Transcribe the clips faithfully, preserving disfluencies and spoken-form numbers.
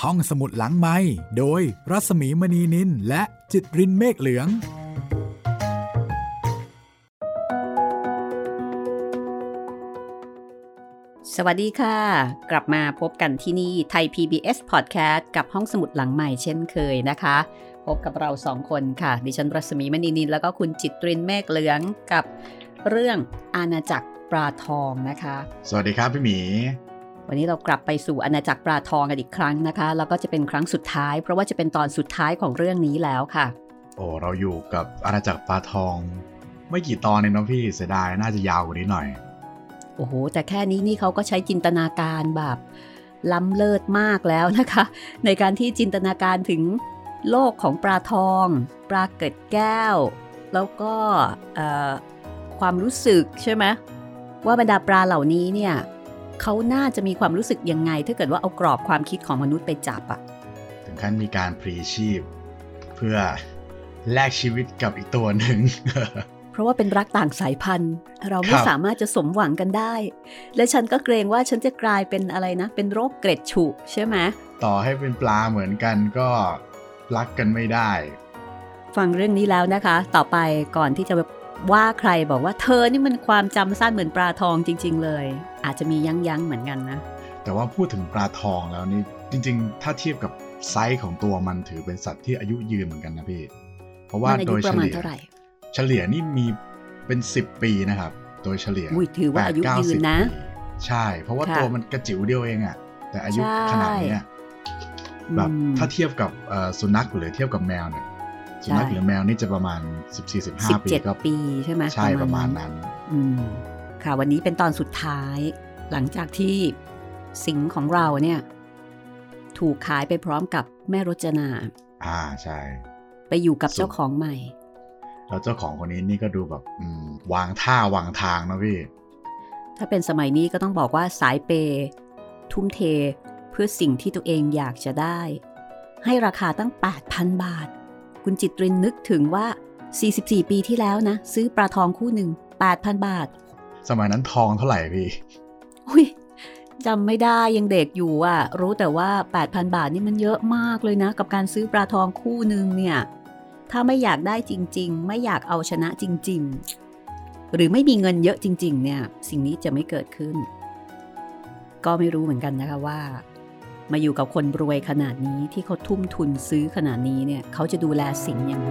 ห้องสมุดหลังไมค์โดยรัศมีมณีนินและจิตรินเมฆเหลืองสวัสดีค่ะกลับมาพบกันที่นี่ไทย พี บี เอส Podcast กับห้องสมุดหลังใหม่เช่นเคยนะคะพบกับเราสองคนค่ะดิฉันรัศมีมณีนินแล้วก็คุณจิตรินเมฆเหลืองกับเรื่องอาณาจักรปลาทองนะคะสวัสดีครับพี่หมีวันนี้เรากลับไปสู่อาณาจักรปลาทองกันอีกครั้งนะคะแล้วก็จะเป็นครั้งสุดท้ายเพราะว่าจะเป็นตอนสุดท้ายของเรื่องนี้แล้วค่ะโอ้เราอยู่กับอาณาจักรปลาทองไม่กี่ตอนเองนะพี่เสียดายน่าจะยาวกว่านี้หน่อยโอ้โหแต่แค่นี้นี่เขาก็ใช้จินตนาการแบบล้ำเลิศมากแล้วนะคะในการที่จินตนาการถึงโลกของปลาทองปลาเกล็ดแก้วแล้วก็ความรู้สึกใช่ไหมว่าบรรดาปลาเหล่านี้เนี่ยเขาน่าจะมีความรู้สึกยังไงถ้าเกิดว่าเอากรอบความคิดของมนุษย์ไปจับอะถึงขั้นมีการพลีชีพเพื่อแลกชีวิตกับอีกตัวหนึ่งเพราะว่าเป็นรักต่างสายพันธุ์เราไม่สามารถจะสมหวังกันได้และฉันก็เกรงว่าฉันจะกลายเป็นอะไรนะเป็นโรคเกร็ดฉุใช่ไหมต่อให้เป็นปลาเหมือนกันก็รักกันไม่ได้ฟังเรื่องนี้แล้วนะคะต่อไปก่อนที่จะว่าใครบอกว่าเธอนี่มันความจำสั้นเหมือนปลาทองจริงๆเลยอาจจะมียั้งยั้งเหมือนกันนะแต่ว่าพูดถึงปลาทองแล้วนี่จริงๆถ้าเทียบกับไซส์ของตัวมันถือเป็นสัตว์ที่อายุยืนเหมือนกันนะพี่เพราะว่าโดยเฉลี่ยเฉลี่ยนี่มีเป็นสิบปีนะครับโดยเฉลี่ยถือว่าอายุยืนนะใช่เพราะว่าตัวมันกระจิ๋วเดียวเองอะแต่อายุขนาดนี้แบบถ้าเทียบกับสุนัขหรือเทียบกับแมวเนี่ยสุนัขหรือแมวนี่จะประมาณ สิบสี่สิบห้า ปีก็ปีใช่ไหมใช่ประมาณนั้นอืมค่ะวันนี้เป็นตอนสุดท้ายหลังจากที่สิงห์ของเราเนี่ยถูกขายไปพร้อมกับแม่รจนาอ่าใช่ไปอยู่กับเจ้าของใหม่แล้วเจ้าของคนนี้นี่ก็ดูแบบวางท่าวางทางนะพี่ถ้าเป็นสมัยนี้ก็ต้องบอกว่าสายเปย์ทุ่มเทเพื่อสิ่งที่ตัวเองอยากจะได้ให้ราคาตั้ง แปดพัน บาทคุณจิตรินนึกถึงว่าสี่สิบสี่ปีที่แล้วนะซื้อปลาทองคู่หนึ่ง แปดพัน บาทสมัยนั้นทองเท่าไหร่พี่อุ้ยจำไม่ได้ยังเด็กอยู่อ่ะรู้แต่ว่า แปดพัน บาทนี่มันเยอะมากเลยนะกับการซื้อปลาทองคู่หนึ่งเนี่ยถ้าไม่อยากได้จริงๆไม่อยากเอาชนะจริงๆหรือไม่มีเงินเยอะจริงๆเนี่ยสิ่งนี้จะไม่เกิดขึ้นก็ไม่รู้เหมือนกันนะคะว่ามาอยู่กับคนรวยขนาดนี้ที่เขาทุ่มทุนซื้อขนาดนี้เนี่ยเขาจะดูแลสิงห์ยังไง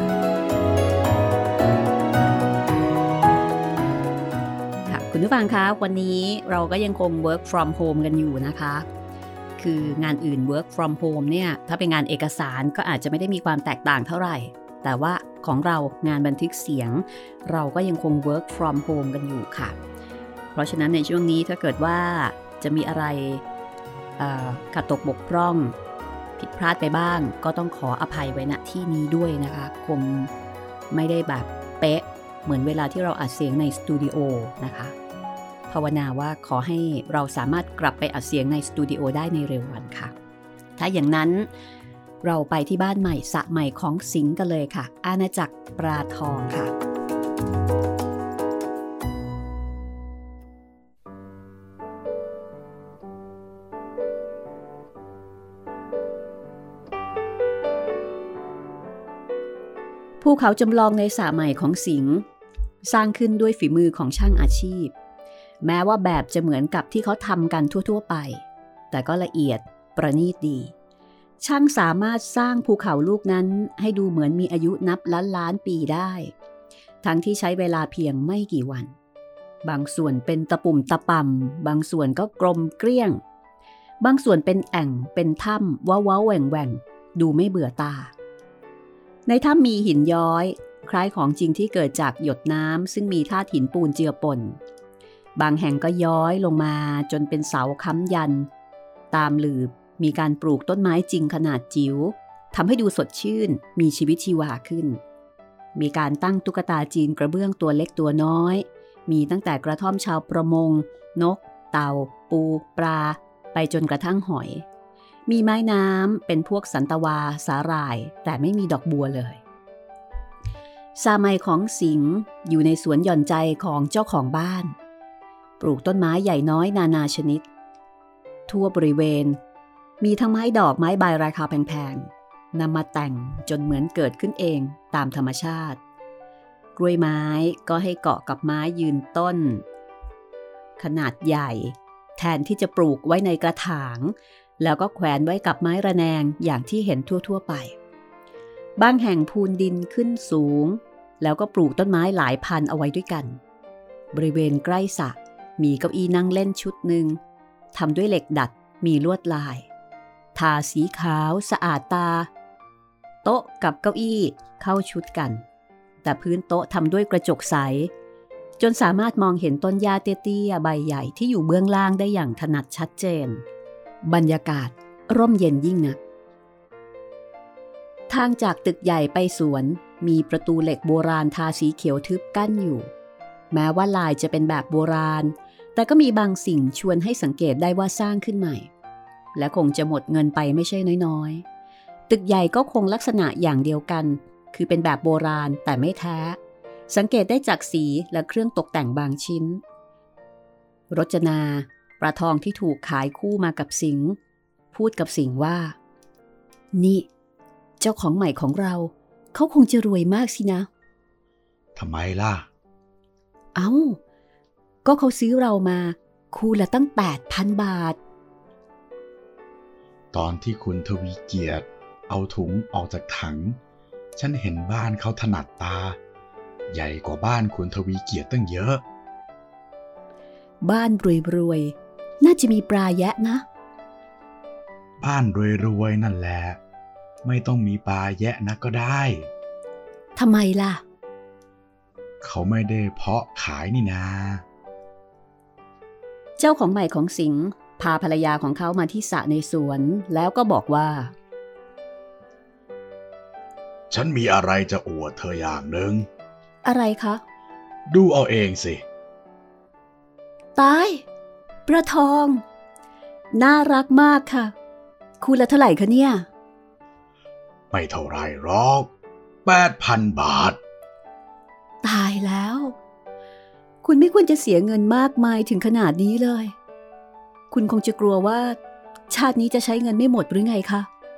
ค่ะคุณผู้ฟังคะวันนี้เราก็ยังคง work from home กันอยู่นะคะคืองานอื่น work from home เนี่ยถ้าเป็นงานเอกสารก็อาจจะไม่ได้มีความแตกต่างเท่าไหร่แต่ว่าของเรางานบันทึกเสียงเราก็ยังคง work from home กันอยู่ค่ะเพราะฉะนั้นในช่วงนี้ถ้าเกิดว่าจะมีอะไรขาดตกบกพร่องผิดพลาดไปบ้างก็ต้องขออภัยไว้ณที่นี้ด้วยนะคะคงไม่ได้แบบเป๊ะเหมือนเวลาที่เราอัดเสียงในสตูดิโอนะคะภาวนาว่าขอให้เราสามารถกลับไปอัดเสียงในสตูดิโอได้ในเร็ววันค่ะถ้าอย่างนั้นเราไปที่บ้านใหม่สระใหม่ของสิงห์กันเลยค่ะอาณาจักรปลาทองค่ะภูเขาจำลองในสระใหม่ของสิงห์สร้างขึ้นด้วยฝีมือของช่างอาชีพแม้ว่าแบบจะเหมือนกับที่เขาทำกันทั่วๆไปแต่ก็ละเอียดประณีตดีช่างสามารถสร้างภูเขาลูกนั้นให้ดูเหมือนมีอายุนับล้านล้านปีได้ทั้งที่ใช้เวลาเพียงไม่กี่วันบางส่วนเป็นตะปุ่มตะป่ำบางส่วนก็กลมเกลี้ยงบางส่วนเป็นแอ่งเป็นถ้ำว้าวๆแหว่งแหว่งดูไม่เบื่อตาในถ้ำมีหินย้อยคล้ายของจริงที่เกิดจากหยดน้ำซึ่งมีธาตุหินปูนเจือปนบางแห่งก็ย้อยลงมาจนเป็นเสาค้ำยันตามหลืบมีการปลูกต้นไม้จริงขนาดจิ๋วทำให้ดูสดชื่นมีชีวิตชีวาขึ้นมีการตั้งตุ๊กตาจีนกระเบื้องตัวเล็กตัวน้อยมีตั้งแต่กระท่อมชาวประมงนกเต่าปูปลาไปจนกระทั่งหอยมีไม้น้ำเป็นพวกสันตวาสาหร่ายแต่ไม่มีดอกบัวเลยสระใหม่ของสิงห์อยู่ในสวนหย่อนใจของเจ้าของบ้านปลูกต้นไม้ใหญ่น้อยนานาชนิดทั่วบริเวณมีทั้งไม้ดอกไม้ใบราคาแพงๆนำมาแต่งจนเหมือนเกิดขึ้นเองตามธรรมชาติกล้วยไม้ก็ให้เกาะกับไม้ยืนต้นขนาดใหญ่แทนที่จะปลูกไว้ในกระถางแล้วก็แขวนไว้กับไม้ระแนงอย่างที่เห็นทั่วๆไปบางแห่งพูนดินขึ้นสูงแล้วก็ปลูกต้นไม้หลายพันเอาไว้ด้วยกันบริเวณใกล้สระมีเก้าอี้นั่งเล่นชุดหนึ่งทำด้วยเหล็กดัดมีลวดลายทาสีขาวสะอาดตาโต๊ะกับเก้าอี้เข้าชุดกันแต่พื้นโต๊ะทำด้วยกระจกใสจนสามารถมองเห็นต้นหญ้าเตี้ยๆใบใหญ่ที่อยู่เบื้องล่างได้อย่างถนัดชัดเจนบรรยากาศร่มเย็นยิ่งนักทางจากตึกใหญ่ไปสวนมีประตูเหล็กโบราณทาสีเขียวทึบกั้นอยู่แม้ว่าลายจะเป็นแบบโบราณแต่ก็มีบางสิ่งชวนให้สังเกตได้ว่าสร้างขึ้นใหม่และคงจะหมดเงินไปไม่ใช่น้อยๆตึกใหญ่ก็คงลักษณะอย่างเดียวกันคือเป็นแบบโบราณแต่ไม่แท้สังเกตได้จากสีและเครื่องตกแต่งบางชิ้นรจนาปลาทองที่ถูกขายคู่มากับสิงห์พูดกับสิงห์ว่านี่เจ้าของใหม่ของเราเขาคงจะรวยมากสินะทำไมล่ะเอ้าก็เขาซื้อเรามาคู่ละตั้ง แปดพัน บาทตอนที่คุณทวีเกียรติเอาถุงออกจากถังฉันเห็นบ้านเขาถนัดตาใหญ่กว่าบ้านคุณทวีเกียรติตั้งเยอะบ้านรวยๆน่าจะมีปลาแยะนะบ้านรวยๆนั่นแหละไม่ต้องมีปลาแยะนะก็ได้ทำไมล่ะเขาไม่ได้เพาะขายนี่นาเจ้าของใหม่ของสิงห์พาภรรยาของเขามาที่สระในสวนแล้วก็บอกว่าฉันมีอะไรจะอวดเธออย่างหนึ่งอะไรคะดูเอาเองสิตายปลาทองน่ารักมากค่ะคู่ละเท่าไหร่คะเนี่ยไม่เท่าไรหรอก แปดพัน บาทตายแล้วคุณไม่ควรจะเสียเงินมากมายถึงขนาดนี้เลยคุณคงจะกลัวว่าชาตินี้จะใช้เงินไม่หมดหรือไงคะ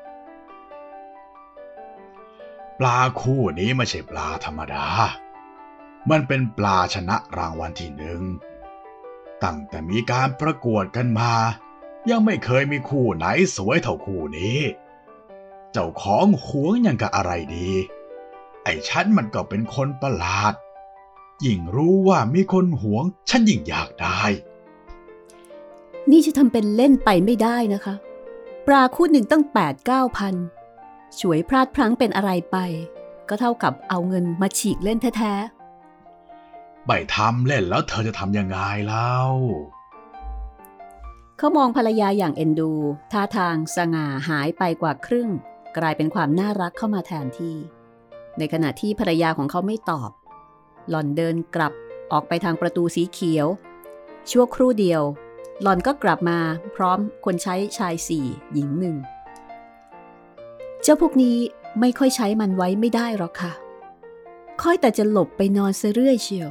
ปลาคู่นี้ไม่ใช่ปลาธรรมดามันเป็นปลาชนะรางวัลที่หนึ่งตั้งแต่มีการประกวดกันมายังไม่เคยมีคู่ไหนสวยเท่าคู่นี้เจ้าของหวงอย่างกับอะไรดีไอ้ฉันมันก็เป็นคนประหลาดยิ่งรู้ว่ามีคนหวงฉันยิ่งอยากได้นี่จะทำเป็นเล่นไปไม่ได้นะคะปลาคู่หนึ่งตั้ง แปดเก้าพัน ฉวยพลาดพลั้งเป็นอะไรไปก็เท่ากับเอาเงินมาฉีกเล่นแท้ๆไม่ทำเล่นแล้วเธอจะทำยังไงเล่าเขามองภรรยาอย่างเอ็นดูท่าทางสง่าหายไปกว่าครึ่งกลายเป็นความน่ารักเข้ามาแทนที่ในขณะที่ภรรยาของเขาไม่ตอบหล่อนเดินกลับออกไปทางประตูสีเขียวชั่วครู่เดียวหล่อนก็กลับมาพร้อมคนใช้ชายสี่หญิงหนึ่งเจ้าพวกนี้ไม่ค่อยใช้มันไว้ไม่ได้หรอกค่ะค่อยแต่จะหลบไปนอนเสื่อยเชียว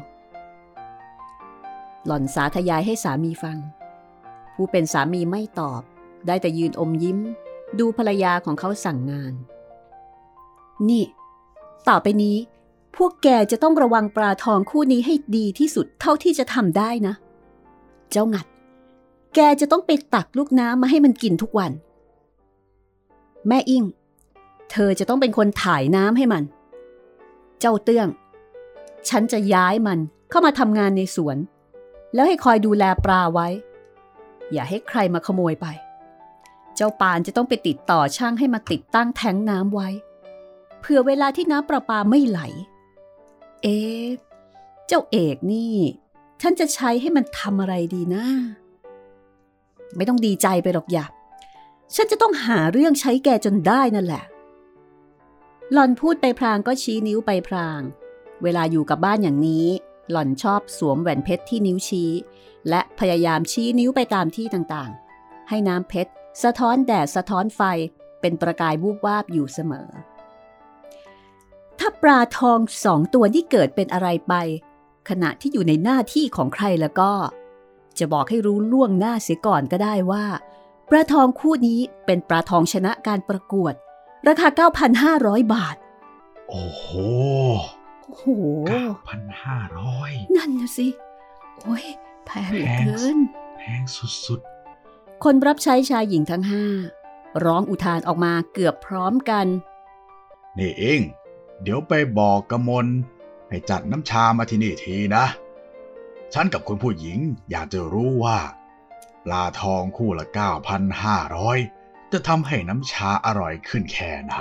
หล่อนสาธยายให้สามีฟังผู้เป็นสามีไม่ตอบได้แต่ยืนอมยิ้มดูภรรยาของเขาสั่งงานนี่ต่อไปนี้พวกแกจะต้องระวังปลาทองคู่นี้ให้ดีที่สุดเท่าที่จะทำได้นะเจ้างัดแกจะต้องไปตักลูกน้ำมาให้มันกินทุกวันแม่อิ่งเธอจะต้องเป็นคนถ่ายน้ำให้มันเจ้าเตื้องฉันจะย้ายมันเข้ามาทำงานในสวนแล้วให้คอยดูแลปลาไว้อย่าให้ใครมาขโมยไปเจ้าปานจะต้องไปติดต่อช่างให้มาติดตั้งแท้งน้ำไว้เผื่อเวลาที่น้ำประปาไม่ไหลเอ๊ะเจ้าเอกนี่ฉันจะใช้ให้มันทำอะไรดีนะไม่ต้องดีใจไปหรอกอย่าฉันจะต้องหาเรื่องใช้แกจนได้นั่นแหละหล่อนพูดไปพลางก็ชี้นิ้วไปพลางเวลาอยู่กับบ้านอย่างนี้หล่อนชอบสวมแหวนเพชรที่นิ้วชี้และพยายามชี้นิ้วไปตามที่ต่างๆให้น้ำเพชรสะท้อนแดดสะท้อนไฟเป็นประกายวูบวาบอยู่เสมอถ้าปลาทองสองตัวที่เกิดเป็นอะไรไปขณะที่อยู่ในหน้าที่ของใครแล้วก็จะบอกให้รู้ล่วงหน้าเสียก่อนก็ได้ว่าปลาทองคู่นี้เป็นปลาทองชนะการประกวดราคา เก้าพันห้าร้อย บาทโอ้โหโอ้โหเก้าพันห้าร้อยนั่นน่ะสิโอ้ยแพงเหลือเกินแพงสุดๆคนรับใช้ชายหญิงทั้งห้าร้องอุทานออกมาเกือบพร้อมกันนี่เองเดี๋ยวไปบอกกมลให้จัดน้ำชามาที่นี่ทีนะฉันกับคุณผู้หญิงอยากจะรู้ว่าปลาทองคู่ละ เก้าพันห้าร้อย จะทำให้น้ำชาอร่อยขึ้นแค่ไหน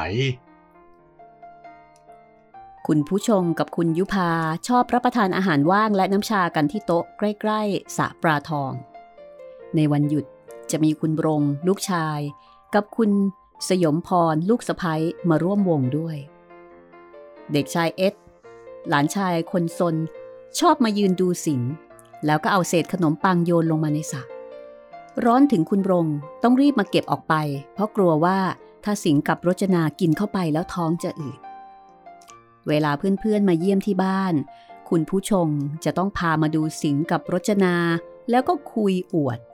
คุณผู้ชงกับคุณยุพาชอบรับประทานอาหารว่างและน้ำชากันที่โต๊ะใกล้ๆสระปลาทองในวันหยุดจะมีคุณบรงลูกชายกับคุณสยมพรลูกสะใภ้มาร่วมวงด้วยเด็กชายเอ็ดหลานชายคนซนชอบมายืนดูสิงแล้วก็เอาเศษขนมปังโยนลงมาในสระร้อนถึงคุณบรงต้องรีบมาเก็บออกไปเพราะกลัวว่าถ้าสิงกับรจนากินเข้าไปแล้วท้องจะอืดเวลาเพื่อนๆมาเยี่ยมที่บ้านคุณผู้ชงจะต้องพามาดูสิงกับรจนาแล้วก็คุยอวด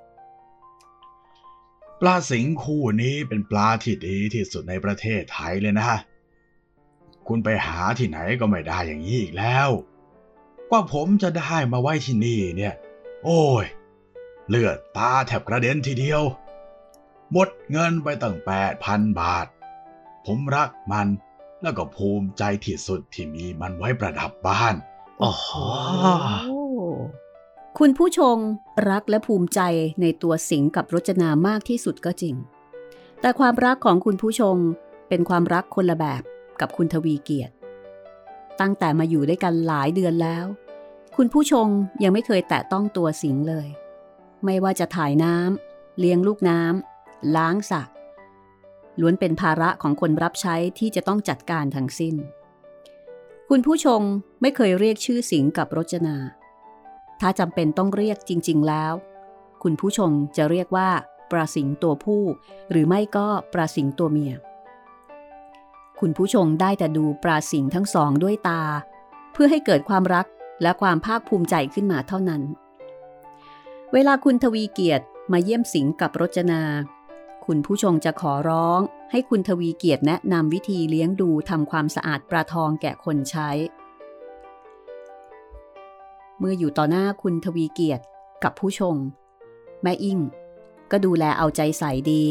ปลาสิงคู่นี้เป็นปลาที่ดีที่สุดในประเทศไทยเลยนะคุณไปหาที่ไหนก็ไม่ได้อย่างนี้อีกแล้วกว่าผมจะได้มาไว้ที่นี่เนี่ยโอ้ยเลือดตาแทบกระเด็นทีเดียวหมดเงินไปตั้ง แปดพัน บาทผมรักมันแล้วก็ภูมิใจที่สุดที่มีมันไว้ประดับบ้านโอ้โหคุณผู้ชงรักและภูมิใจในตัวสิงกับรจนามากที่สุดก็จริงแต่ความรักของคุณผู้ชงเป็นความรักคนละแบบกับคุณทวีเกียรติตั้งแต่มาอยู่ด้วยกันหลายเดือนแล้วคุณผู้ชงยังไม่เคยแตะต้องตัวสิงเลยไม่ว่าจะถ่ายน้ำเลี้ยงลูกน้ำล้างสระล้วนเป็นภาระของคนรับใช้ที่จะต้องจัดการทั้งสิ้นคุณผู้ชงไม่เคยเรียกชื่อสิงกับรจนาถ้าจำเป็นต้องเรียกจริงๆแล้วคุณผู้ชงจะเรียกว่าปลาสิงตัวผู้หรือไม่ก็ปลาสิงตัวเมียคุณผู้ชงได้แต่ดูปลาสิงทั้งสองด้วยตาเพื่อให้เกิดความรักและความภาคภูมิใจขึ้นมาเท่านั้นเวลาคุณทวีเกียรติมาเยี่ยมสิงกับรจนาคุณผู้ชงจะขอร้องให้คุณทวีเกียรติแนะนำวิธีเลี้ยงดูทำความสะอาดปลาทองแก่คนใช้เมื่ออยู่ต่อหน้าคุณทวีเกียรติกับผู้ชงแม่อิ่งก็ดูแลเอาใจใส่ดี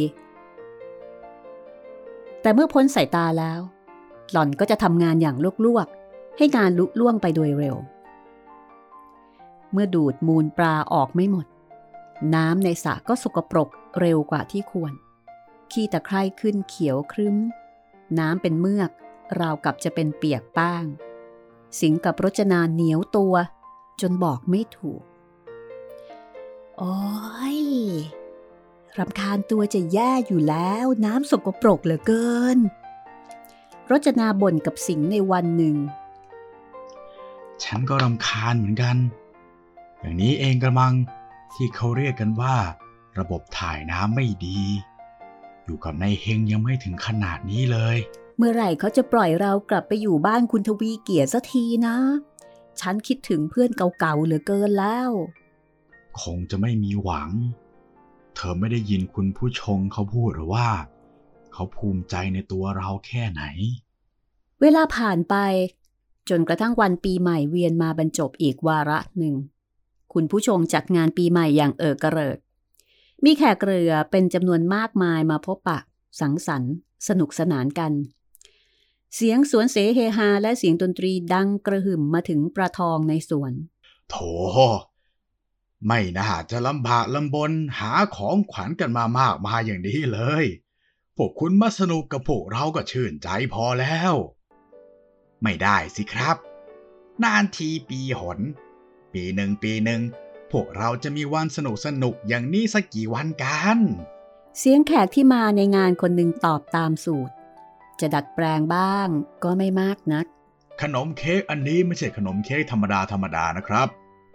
แต่เมื่อพ้นสายตาแล้วหล่อนก็จะทำงานอย่างลวกๆให้งานลุล่วงไปโดยเร็วเมื่อดูดมูลปลาออกไม่หมดน้ำในสระก็สกปรกเร็วกว่าที่ควรขี้ตะไคร่ขึ้นเขียวครึ้มน้ำเป็นเมือกราวกับจะเป็นเปียกแป้งสิงกับรจนาเหนียวตัวจนบอกไม่ถูกโอ้ยรำคาญตัวจะแย่อยู่แล้วน้ำสกปรกเหลือเกินรจนาบ่นกับสิงในวันหนึ่งฉันก็รำคาญเหมือนกันอย่างนี้เองกระมังที่เขาเรียกกันว่าระบบถ่ายน้ำไม่ดีอยู่กับนายเฮงยังไม่ถึงขนาดนี้เลยเมื่อไหร่เขาจะปล่อยเรากลับไปอยู่บ้านคุณทวีเกียรติสักทีนะฉันคิดถึงเพื่อนเก่าๆเหลือเกินแล้วคงจะไม่มีหวังเธอไม่ได้ยินคุณผู้ชงเขาพูดหรือว่าเขาภูมิใจในตัวเราแค่ไหนเวลาผ่านไปจนกระทั่งวันปีใหม่เวียนมาบรรจบอีกวาระหนึ่งคุณผู้ชงจัดงานปีใหม่อย่างเอิกกระเริกมีแขกเรือเป็นจำนวนมากมายมาพบปะสังสรรค์สนุกสนานกันเสียงสวนเสเฮฮาและเสียงดนตรีดังกระหึ่มมาถึงปลาทองในสวนโถไม่น่าจะลำบากลำบนหาของขวัญกันมามากมายอย่างนี้เลยพวกคุณมาสนุกกับพวกเราก็ชื่นใจพอแล้วไม่ได้สิครับนานทีปีหนปีหนึ่งปีหนึ่งพวกเราจะมีวันสนุกสนุกอย่างนี้สักกี่วันกันเสียงแขกที่มาในงานคนหนึ่งตอบตามสูตรจะดัดแปลงบ้างก็ไม่มากนักขนมเค้กอันนี้ไม่ใช่ขนมเค้กธรรมดาธรรมดานะครับ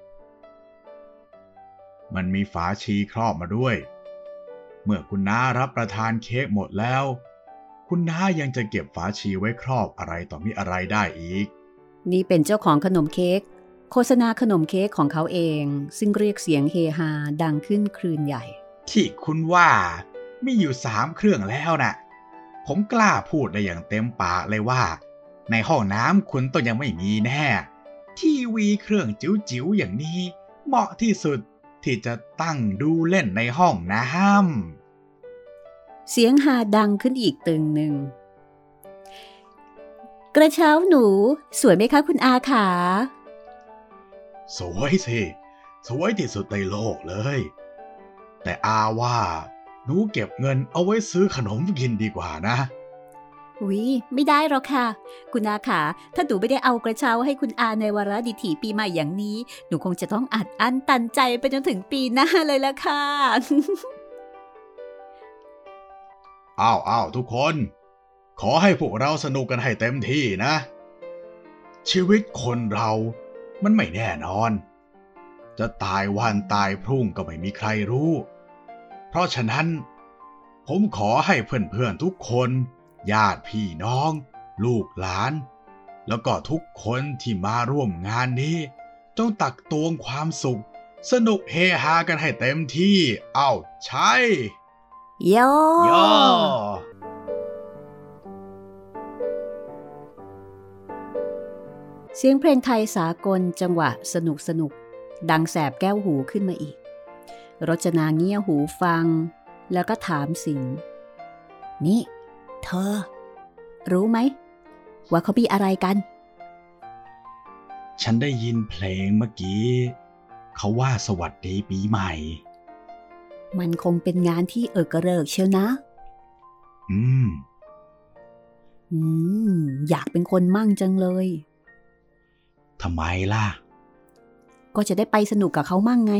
มันมีฝาชีครอบมาด้วยเมื่อคุณน้ารับประทานเค้กหมดแล้วคุณน้ายังจะเก็บฝาชีไว้ครอบอะไรต่อมีอะไรได้อีกนี่เป็นเจ้าของขนมเค้กโฆษณาขนมเค้กของเขาเองซึ่งเรียกเสียงเฮฮาดังขึ้นคลื่นใหญ่ที่คุณว่ามีอยู่สามเครื่องแล้วนะ่ะผมกล้าพูดได้อย่างเต็มปากเลยว่าในห้องน้ำคุณต้องยังไม่มีแน่ทีวีเครื่องจิ๋วๆอย่างนี้เหมาะที่สุดที่จะตั้งดูเล่นในห้องน้ำเสียงฮาดังขึ้นอีกตึงหนึ่งกระเช้าหนูสวยไหมคะคุณอาขาสวยสิสวยที่สุดในโลกเลยแต่อาว่าหนูเก็บเงินเอาไว้ซื้อขนมกินดีกว่านะอุ๊ยไม่ได้หรอกค่ะคุณอาขาถ้าหนูไม่ได้เอากระเช้าให้คุณอาในวาระดิถีปีใหม่อย่างนี้หนูคงจะต้องอัดอั้นตันใจไปจนถึงปีหน้าเลยละค่ะอ้าวอ้าวทุกคนขอให้พวกเราสนุกกันให้เต็มที่นะชีวิตคนเรามันไม่แน่นอนจะตายวันตายพรุ่งก็ไม่มีใครรู้เพราะฉะนั้นผมขอให้เพื่อนๆทุกคนญาติพี่น้องลูกหลานแล้วก็ทุกคนที่มาร่วมงานนี้จงตักตวงความสุขสนุกเฮฮากันให้เต็มที่เอ้าใช่โยโยเสียงเพลงไทยสากลจังหวะสนุกสนุกดังแสบแก้วหูขึ้นมาอีกรจนาเงี่ยหูฟังแล้วก็ถามสิงห์นี่เธอรู้ไหมว่าเขามีอะไรกันฉันได้ยินเพลงเมื่อกี้เขาว่าสวัสดีปีใหม่มันคงเป็นงานที่เอิกกระเริกเชียวนะอืมอืมอยากเป็นคนมั่งจังเลยทำไมล่ะก็จะได้ไปสนุกกับเขามั่งไง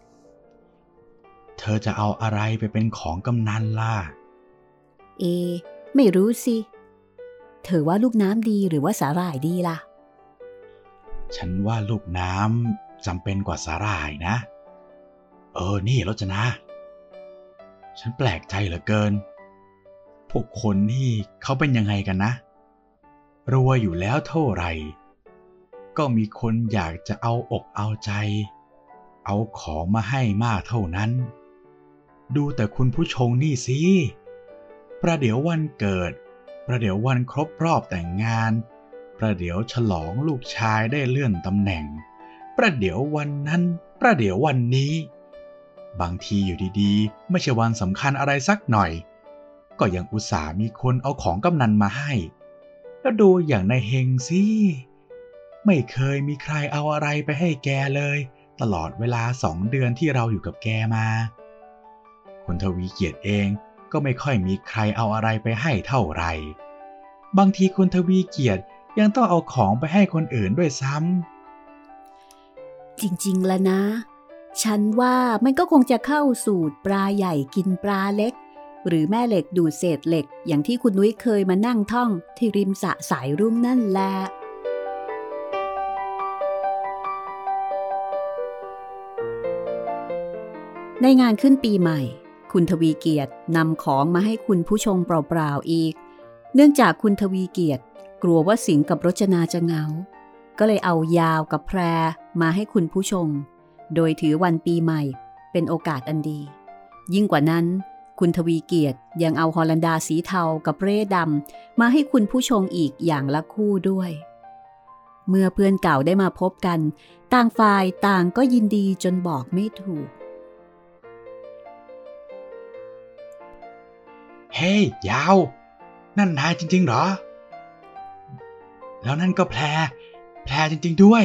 เธอจะเอาอะไรไปเป็นของกำนันล่ะเอไม่รู้สิเธอว่าลูกน้ำดีหรือว่าสาหร่ายดีล่ะฉันว่าลูกน้ำจำเป็นกว่าสาหร่ายนะเออนี่รจนาฉันแปลกใจเหลือเกินพวกคนนี่เขาเป็นยังไงกันนะรวยอยู่แล้วเท่าไหร่ก็มีคนอยากจะเอาอกเอาใจเอาของมาให้มากเท่านั้นดูแต่คุณผู้ชงนี่สิประเดี๋ยววันเกิดประเดี๋ยววันครบรอบแต่งงานประเดี๋ยวฉลองลูกชายได้เลื่อนตำแหน่งประเดี๋ยววันนั้นประเดี๋ยววันนี้บางทีอยู่ดีๆไม่ใช่วันสำคัญอะไรสักหน่อยก็ยังอุตส่าห์มีคนเอาของกำนันมาให้แล้วดูอย่างนายเฮงสิไม่เคยมีใครเอาอะไรไปให้แกเลยตลอดเวลาสองเดือนที่เราอยู่กับแกมาคุณทวีเกียรติเองก็ไม่ค่อยมีใครเอาอะไรไปให้เท่าไหร่บางทีคุณทวีเกียรติยังต้องเอาของไปให้คนอื่นด้วยซ้ำจริงๆแล้วนะฉันว่ามันก็คงจะเข้าสูตรปลาใหญ่กินปลาเล็กหรือแม่เหล็กดูดเศษเหล็กอย่างที่คุณนุ้ยเคยมานั่งท่องที่ริมสระสายรุ่งนั่นแหละในงานขึ้นปีใหม่คุณทวีเกียรตินำของมาให้คุณผู้ชมเปล่าๆอีกเนื่องจากคุณทวีเกียรติกลัวว่าสิงห์กับรจนาจะเหงาก็เลยเอายาวกับแพรมาให้คุณผู้ชมโดยถือวันปีใหม่เป็นโอกาสอันดียิ่งกว่านั้นคุณทวีเกียรติยังเอาฮอลันดาสีเทากับเร่ดำมาให้คุณผู้ชมอีกอย่างละคู่ด้วยเมื่อเพื่อนเก่าได้มาพบกันต่างฝ่ายต่างก็ยินดีจนบอกไม่ถูกเฮ้ยยาวนั่นนายจริงๆเหรอแล้วนั่นก็แพรแพรจริงๆด้วย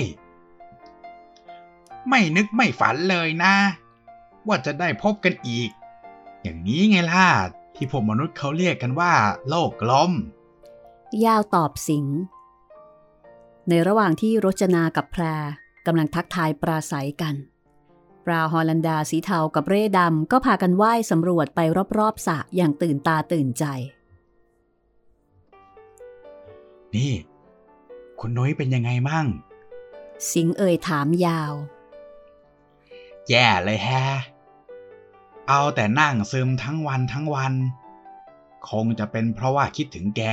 ไม่นึกไม่ฝันเลยนะว่าจะได้พบกันอีกอย่างนี้ไงล่ะที่พวกมนุษย์เขาเรียกกันว่าโลกกลมยาวตอบสิงห์ในระหว่างที่รจนากับแพรกำลังทักทายปราศัยกันปลาฮอลันดาสีเทากับเร่ดำก็พากันว่ายสำรวจไปรอบๆสระอย่างตื่นตาตื่นใจนี่คุณนุ้ยเป็นยังไงมั่งสิงห์เอ่ยถามยาวแย่เลยแฮะเอาแต่นั่งซึมทั้งวันทั้งวันคงจะเป็นเพราะว่าคิดถึงแก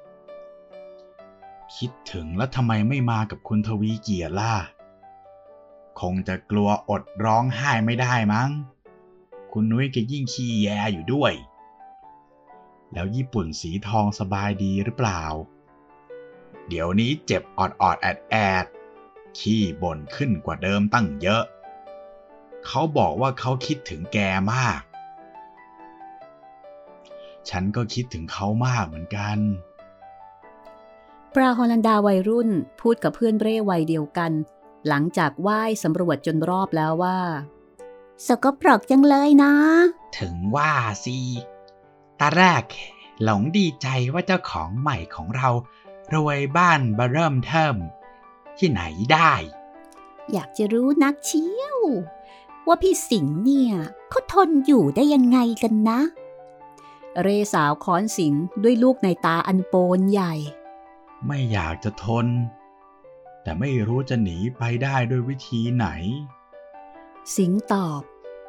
คิดถึงแล้วทำไมไม่มากับคุณทวีเกียรติล่ะคงจะกลัวอดร้องไห้ไม่ได้มั้งคุณนุ้ยแกยิ่งขี้แยอยู่ด้วยแล้วญี่ปุ่นสีทองสบายดีหรือเปล่าเดี๋ยวนี้เจ็บออดออดแอดแอดขี้บ่นขึ้นกว่าเดิมตั้งเยอะเขาบอกว่าเขาคิดถึงแกมากฉันก็คิดถึงเขามากเหมือนกันปราฮอลันดาวัยรุ่นพูดกับเพื่อนเร่วัยเดียวกันหลังจากว่ายสำรวจจนรอบแล้วว่าสกปรกจังเลยนะถึงว่าสิตาแรกหลงดีใจว่าเจ้าของใหม่ของเรารวยบ้านเบ้อเริ่มเทิมที่ไหนได้อยากจะรู้นักเชียวว่าพี่สิงห์เนี่ยเขาทนอยู่ได้ยังไงกันนะเรสาวค้อนสิงห์ด้วยลูกในตาอันโปนใหญ่ไม่อยากจะทนแต่ไม่รู้จะหนีไปได้ด้วยวิธีไหนสิงห์ตอบ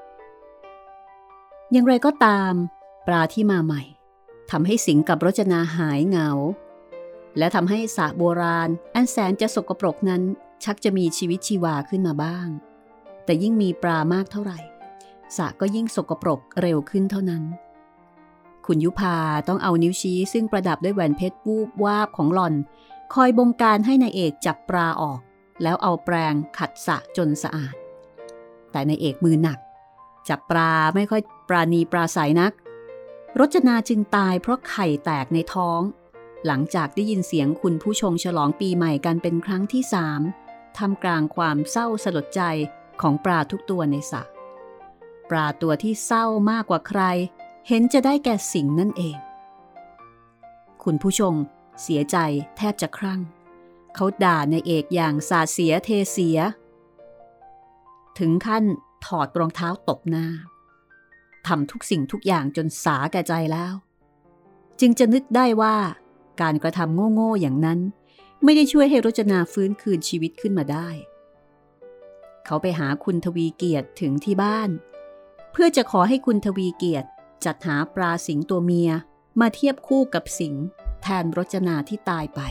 อย่างไรก็ตามปลาที่มาใหม่ทำให้สิงห์กับรจนาหายเหงาและทำให้สระโบราณอันแสนจะสกปรกนั้นชักจะมีชีวิตชีวาขึ้นมาบ้างแต่ยิ่งมีปลามากเท่าไหร่สระก็ยิ่งสกปรกเร็วขึ้นเท่านั้นคุณยุพาต้องเอานิ้วชี้ซึ่งประดับด้วยแหวนเพชรวูบวาบของหล่อนคอยบงการให้นายเอกจับปลาออกแล้วเอาแปรงขัดสระจนสะอาดแต่นายเอกมือหนักจับปลาไม่ค่อยปราณีปราศัยนักรจนาจึงตายเพราะไข่แตกในท้องหลังจากได้ยินเสียงคุณผู้ชงฉลองปีใหม่กันเป็นครั้งที่สามท่ามกลางความเศร้าสลดใจของปลาทุกตัวในสระปลาตัวที่เศร้ามากกว่าใครเห็นจะได้แก่สิงห์นั่นเองคุณผู้ชงเสียใจแทบจะครั่งเขาด่านายเอกอย่างสาดเสียเทเสียถึงขั้นถอดรองเท้าตบหน้าทำทุกสิ่งทุกอย่างจนสาแก่ใจแล้วจึงจะนึกได้ว่าการกระทำโง่ๆอย่างนั้นไม่ได้ช่วยให้รจนาฟื้นคืนชีวิตขึ้นมาได้เขาไปหาคุณทวีเกียรติถึงที่บ้านเพื่อจะขอให้คุณทวีเกียรติจัดหาปลาสิงห์ตัวเมียมาเทียบคู่กับสิงห์แทนรจนาที่ตายไป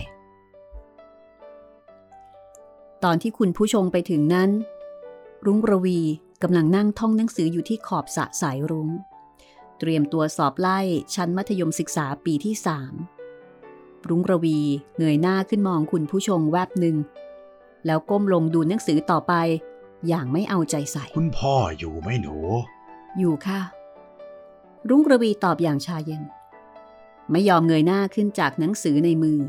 ตอนที่คุณผู้ชงไปถึงนั้นรุ้งระวีกำลังนั่งท่องหนังสืออยู่ที่ขอบสระสายรุ้งเตรียมตัวสอบไล่ชั้นมัธยมศึกษาปีที่สามรุ้งระวีเงยหน้าขึ้นมองคุณผู้ชงแวบหนึ่งแล้วก้มลงดูหนังสือต่อไปอย่างไม่เอาใจใส่คุณพ่ออยู่ไหมหนูอยู่ค่ะรุ้งระวีตอบอย่างชาเย็นไม่ยอมเงยหน้าขึ้นจากหนังสือในมือ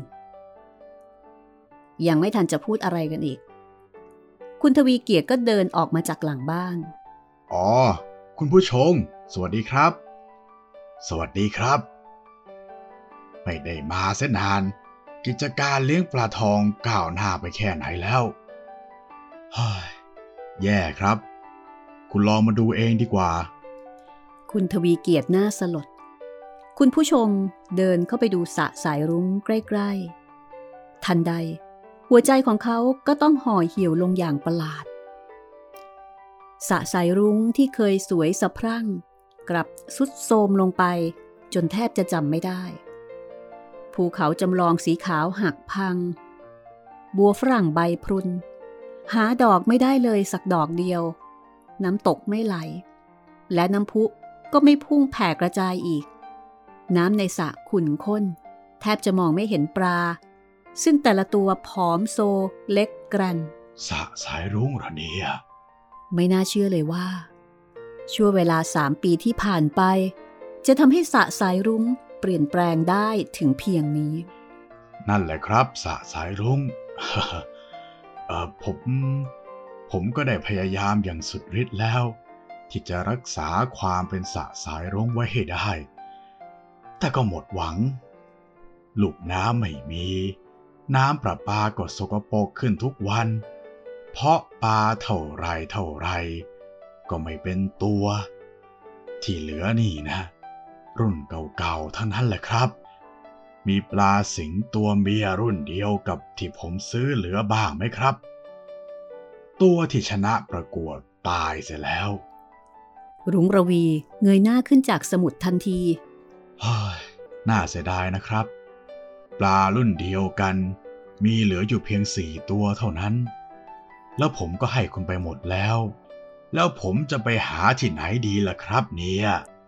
ยังไม่ทันจะพูดอะไรกันอีกคุณทวีเกียรติก็เดินออกมาจากหลังบ้านอ๋อคุณผู้ชงสวัสดีครับสวัสดีครับไม่ได้มาเสียนานกิจการเลี้ยงปลาทองก้าวหน้าไปแค่ไหนแล้วเฮ้ยแย่ครับคุณลองมาดูเองดีกว่าคุณทวีเกียรติหน้าสลดคุณผู้ชมเดินเข้าไปดูสระสายรุ้งใกล้ๆทันใดหัวใจของเขาก็ต้องห่อเหี่ยวลงอย่างประหลาดสระสายรุ้งที่เคยสวยสะพรั่งกลับทรุดโทรมลงไปจนแทบจะจำไม่ได้ภูเขาจำลองสีขาวหักพังบัวฝรั่งใบพรุนหาดอกไม่ได้เลยสักดอกเดียวน้ำตกไม่ไหลและน้ำพุก็ไม่พุ่งแผ่กระจายอีกน้ำในสระขุ่นข้นแทบจะมองไม่เห็นปลาซึ่งแต่ละตัวผอมโซเล็กกรันสระสายรุ้งเหรอเนี่ยไม่น่าเชื่อเลยว่าชั่วเวลาสามปีที่ผ่านไปจะทำให้สระสายรุ้งเปลี่ยนแปลงได้ถึงเพียงนี้นั่นแหละครับสระสายรุ้ง เอ่อผมผมก็ได้พยายามอย่างสุดฤทธิ์แล้วที่จะรักษาความเป็นสระสายรุ้งไว้ให้ได้แต่ก็หมดหวังลูกน้ำไม่มีน้ำประปาก็สกปรกขึ้นทุกวันเพาะปลาเท่าไรเท่าไรก็ไม่เป็นตัวที่เหลือนี่นะรุ่นเก่าๆทั้งนั้นแหละครับมีปลาสิงห์ตัวเมียรุ่นเดียวกับที่ผมซื้อเหลือบ้างไหมครับตัวที่ชนะประกวดตายเสียแล้วรุ้งระวีเงยหน้าขึ้นจากสมุดทันทีเฮ้ยน่าเสียดายนะครับปลารุ่นเดียวกันมีเหลืออยู่เพียงสี่ตัวเท่านั้นแล้วผมก็ให้คุณไปหมดแล้วแล้วผมจะไปหาที่ไหนดีล่ะครับเนี่ย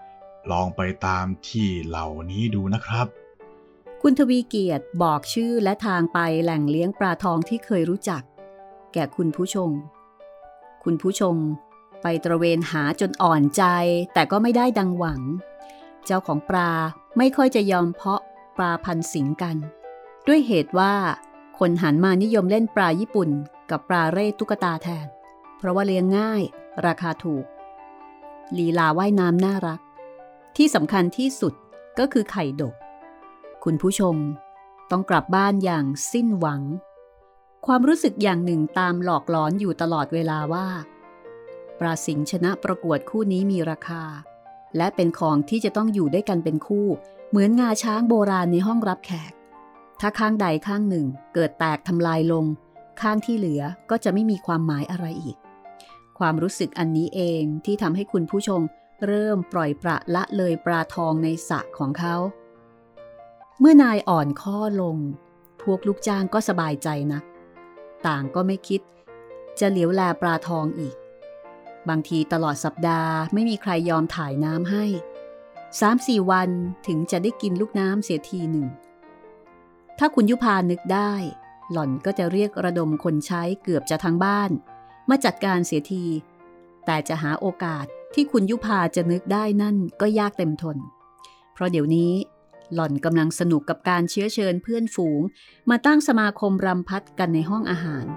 ลองไปตามที่เหล่านี้ดูนะครับคุณทวีเกียรติบอกชื่อและทางไปแหล่งเลี้ยงปลาทองที่เคยรู้จักแก่คุณผู้ชมคุณผู้ชมไปตระเวนหาจนอ่อนใจแต่ก็ไม่ได้ดังหวังเจ้าของปลาไม่ค่อยจะยอมเพาะปลาพันธุ์สิงกันด้วยเหตุว่าคนหันมานิยมเล่นปลาญี่ปุ่นกับปลาเร่ตุ๊กตาแทนเพราะว่าเลี้ยงง่ายราคาถูกลีลาว่ายน้ำน่ารักที่สำคัญที่สุดก็คือไข่ดกคุณผู้ชมต้องกลับบ้านอย่างสิ้นหวังความรู้สึกอย่างหนึ่งตามหลอกหลอนอยู่ตลอดเวลาว่าปลาสิงห์ชนะประกวดคู่นี้มีราคาและเป็นของที่จะต้องอยู่ด้วยกันเป็นคู่เหมือนงาช้างโบราณในห้องรับแขกถ้าข้างใดข้างหนึ่งเกิดแตกทำลายลงข้างที่เหลือก็จะไม่มีความหมายอะไรอีกความรู้สึกอันนี้เองที่ทำให้คุณผู้ชมเริ่มปล่อยปละละเลยปลาทองในสระของเขาเมื่อนายอ่อนข้อลงพวกลูกจ้างก็สบายใจนักต่างก็ไม่คิดจะเหลียวแลปลาทองอีกบางทีตลอดสัปดาห์ไม่มีใครยอมถ่ายน้ำให้ สามสี่ วันถึงจะได้กินลูกน้ำเสียทีหนึ่งถ้าคุณยุพานึกได้หล่อนก็จะเรียกระดมคนใช้เกือบจะทั้งบ้านมาจัดการเสียทีแต่จะหาโอกาสที่คุณยุพาจะนึกได้นั่นก็ยากเต็มทนเพราะเดี๋ยวนี้หล่อนกำลังสนุกกับการเชื้อเชิญเพื่อนฝูงมาตั้งสมาคมรำพัดกันในห้องอาหาร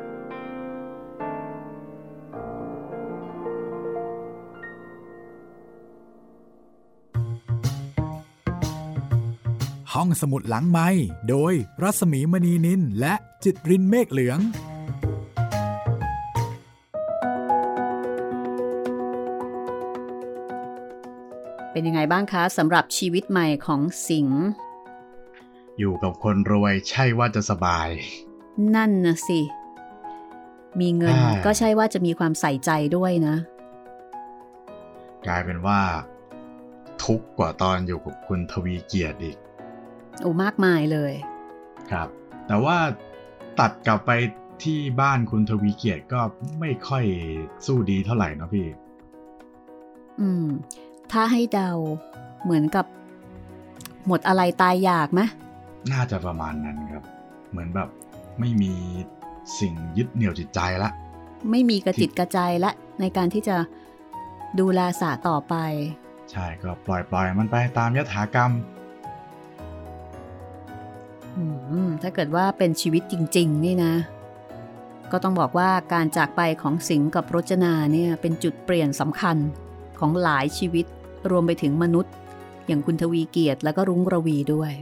ห้องสมุดหลังไมค์โดยรัศมีมณีนินและจิตรินเมฆเหลืองเป็นยังไงบ้างคะสำหรับชีวิตใหม่ของสิงห์อยู่กับคนรวยใช่ว่าจะสบายนั่นนะสิมีเงินก็ใช่ว่าจะมีความใส่ใจด้วยนะกลายเป็นว่าทุกข์กว่าตอนอยู่กับคุณทวีเกียรติอีกโอ้มากมายเลยครับแต่ว่าตัดกลับไปที่บ้านคุณทวีเกียรติก็ไม่ค่อยสู้ดีเท่าไหร่นะพี่อืมถ้าให้เดาเหมือนกับหมดอะไรตายอยากไหมน่าจะประมาณนั้นครับเหมือนแบบไม่มีสิ่งยึดเหนี่ยวจิตใจละไม่มีกระจิตกระใจละในการที่จะดูแลสระต่อไปใช่ก็ปล่อยปล่อยมันไปตามยถากรรมอืมถ้าเกิดว่าเป็นชีวิตจริงๆนี่นะก็ต้องบอกว่าการจากไปของสิงห์กับรจนาเนี่ยเป็นจุดเปลี่ยนสำคัญของหลายชีวิตรวมไปถึงมนุษย์อย่างคุณทวีเกียรติและก็รุ้งระวีด้วย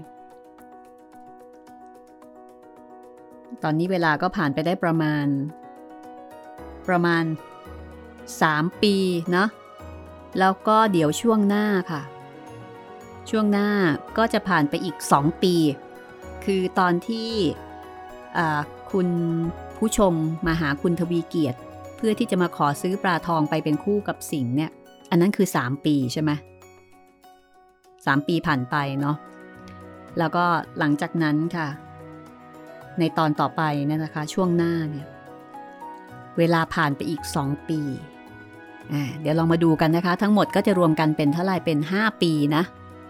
ตอนนี้เวลาก็ผ่านไปได้ประมาณประมาณสามปีเนาะแล้วก็เดี๋ยวช่วงหน้าค่ะช่วงหน้าก็จะผ่านไปอีกสองปีคือตอนที่คุณผู้ชมมาหาคุณทวีเกียรติเพื่อที่จะมาขอซื้อปลาทองไปเป็นคู่กับสิงห์เนี่ยอันนั้นคือสามปีใช่ไหมสามปีผ่านไปเนาะแล้วก็หลังจากนั้นค่ะในตอนต่อไปเนี่ยนะคะช่วงหน้าเนี่ยเวลาผ่านไปอีกสองปีอ่าเดี๋ยวลองมาดูกันนะคะทั้งหมดก็จะรวมกันเป็นเท่าไหร่เป็นห้าปีนะ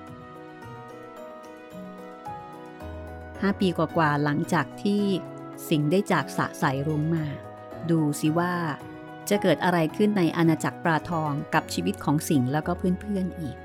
ห้าปีกว่าๆหลังจากที่สิงห์ได้จากสะใสรุ้งมาดูสิว่าจะเกิดอะไรขึ้นในอาณาจักรปลาทองกับชีวิตของสิงห์แล้วก็เพื่อนๆอีก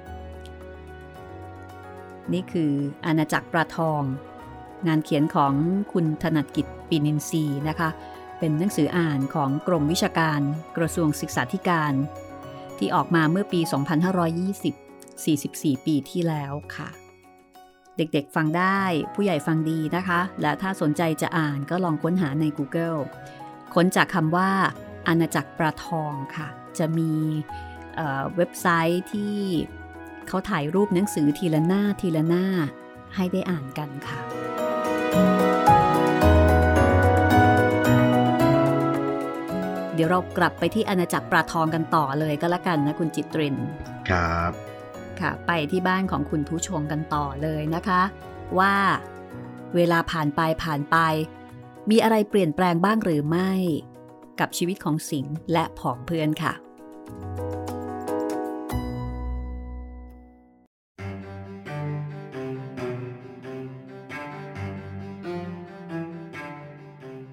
นี่คืออาณาจักรปลาทองงานเขียนของคุณถนัดกิจปีนินทรีย์นะคะเป็นหนังสืออ่านของกรมวิชาการกระทรวงศึกษาธิการที่ออกมาเมื่อปี สองพันห้าร้อยยี่สิบ สี่สิบสี่ ปีที่แล้วค่ะเด็กๆฟังได้ผู้ใหญ่ฟังดีนะคะและถ้าสนใจจะอ่านก็ลองค้นหาใน Google ค้นจากคำว่าอาณาจักรปลาทองค่ะจะมี เอ่อ เว็บไซต์ที่เขาถ่ายรูปหนังสือทีละหน้าทีละหน้าให้ได้อ่านกันค่ะเดี๋ยวเรากลับไปที่อาณาจักรปลาทองกันต่อเลยก็แล้วกันนะคุณจิตรินครับค่ะไปที่บ้านของคุณผู้ชมกันต่อเลยนะคะว่าเวลาผ่านไปผ่านไปมีอะไรเปลี่ยนแปลงบ้างหรือไม่กับชีวิตของสิงห์และผองเพื่อนค่ะ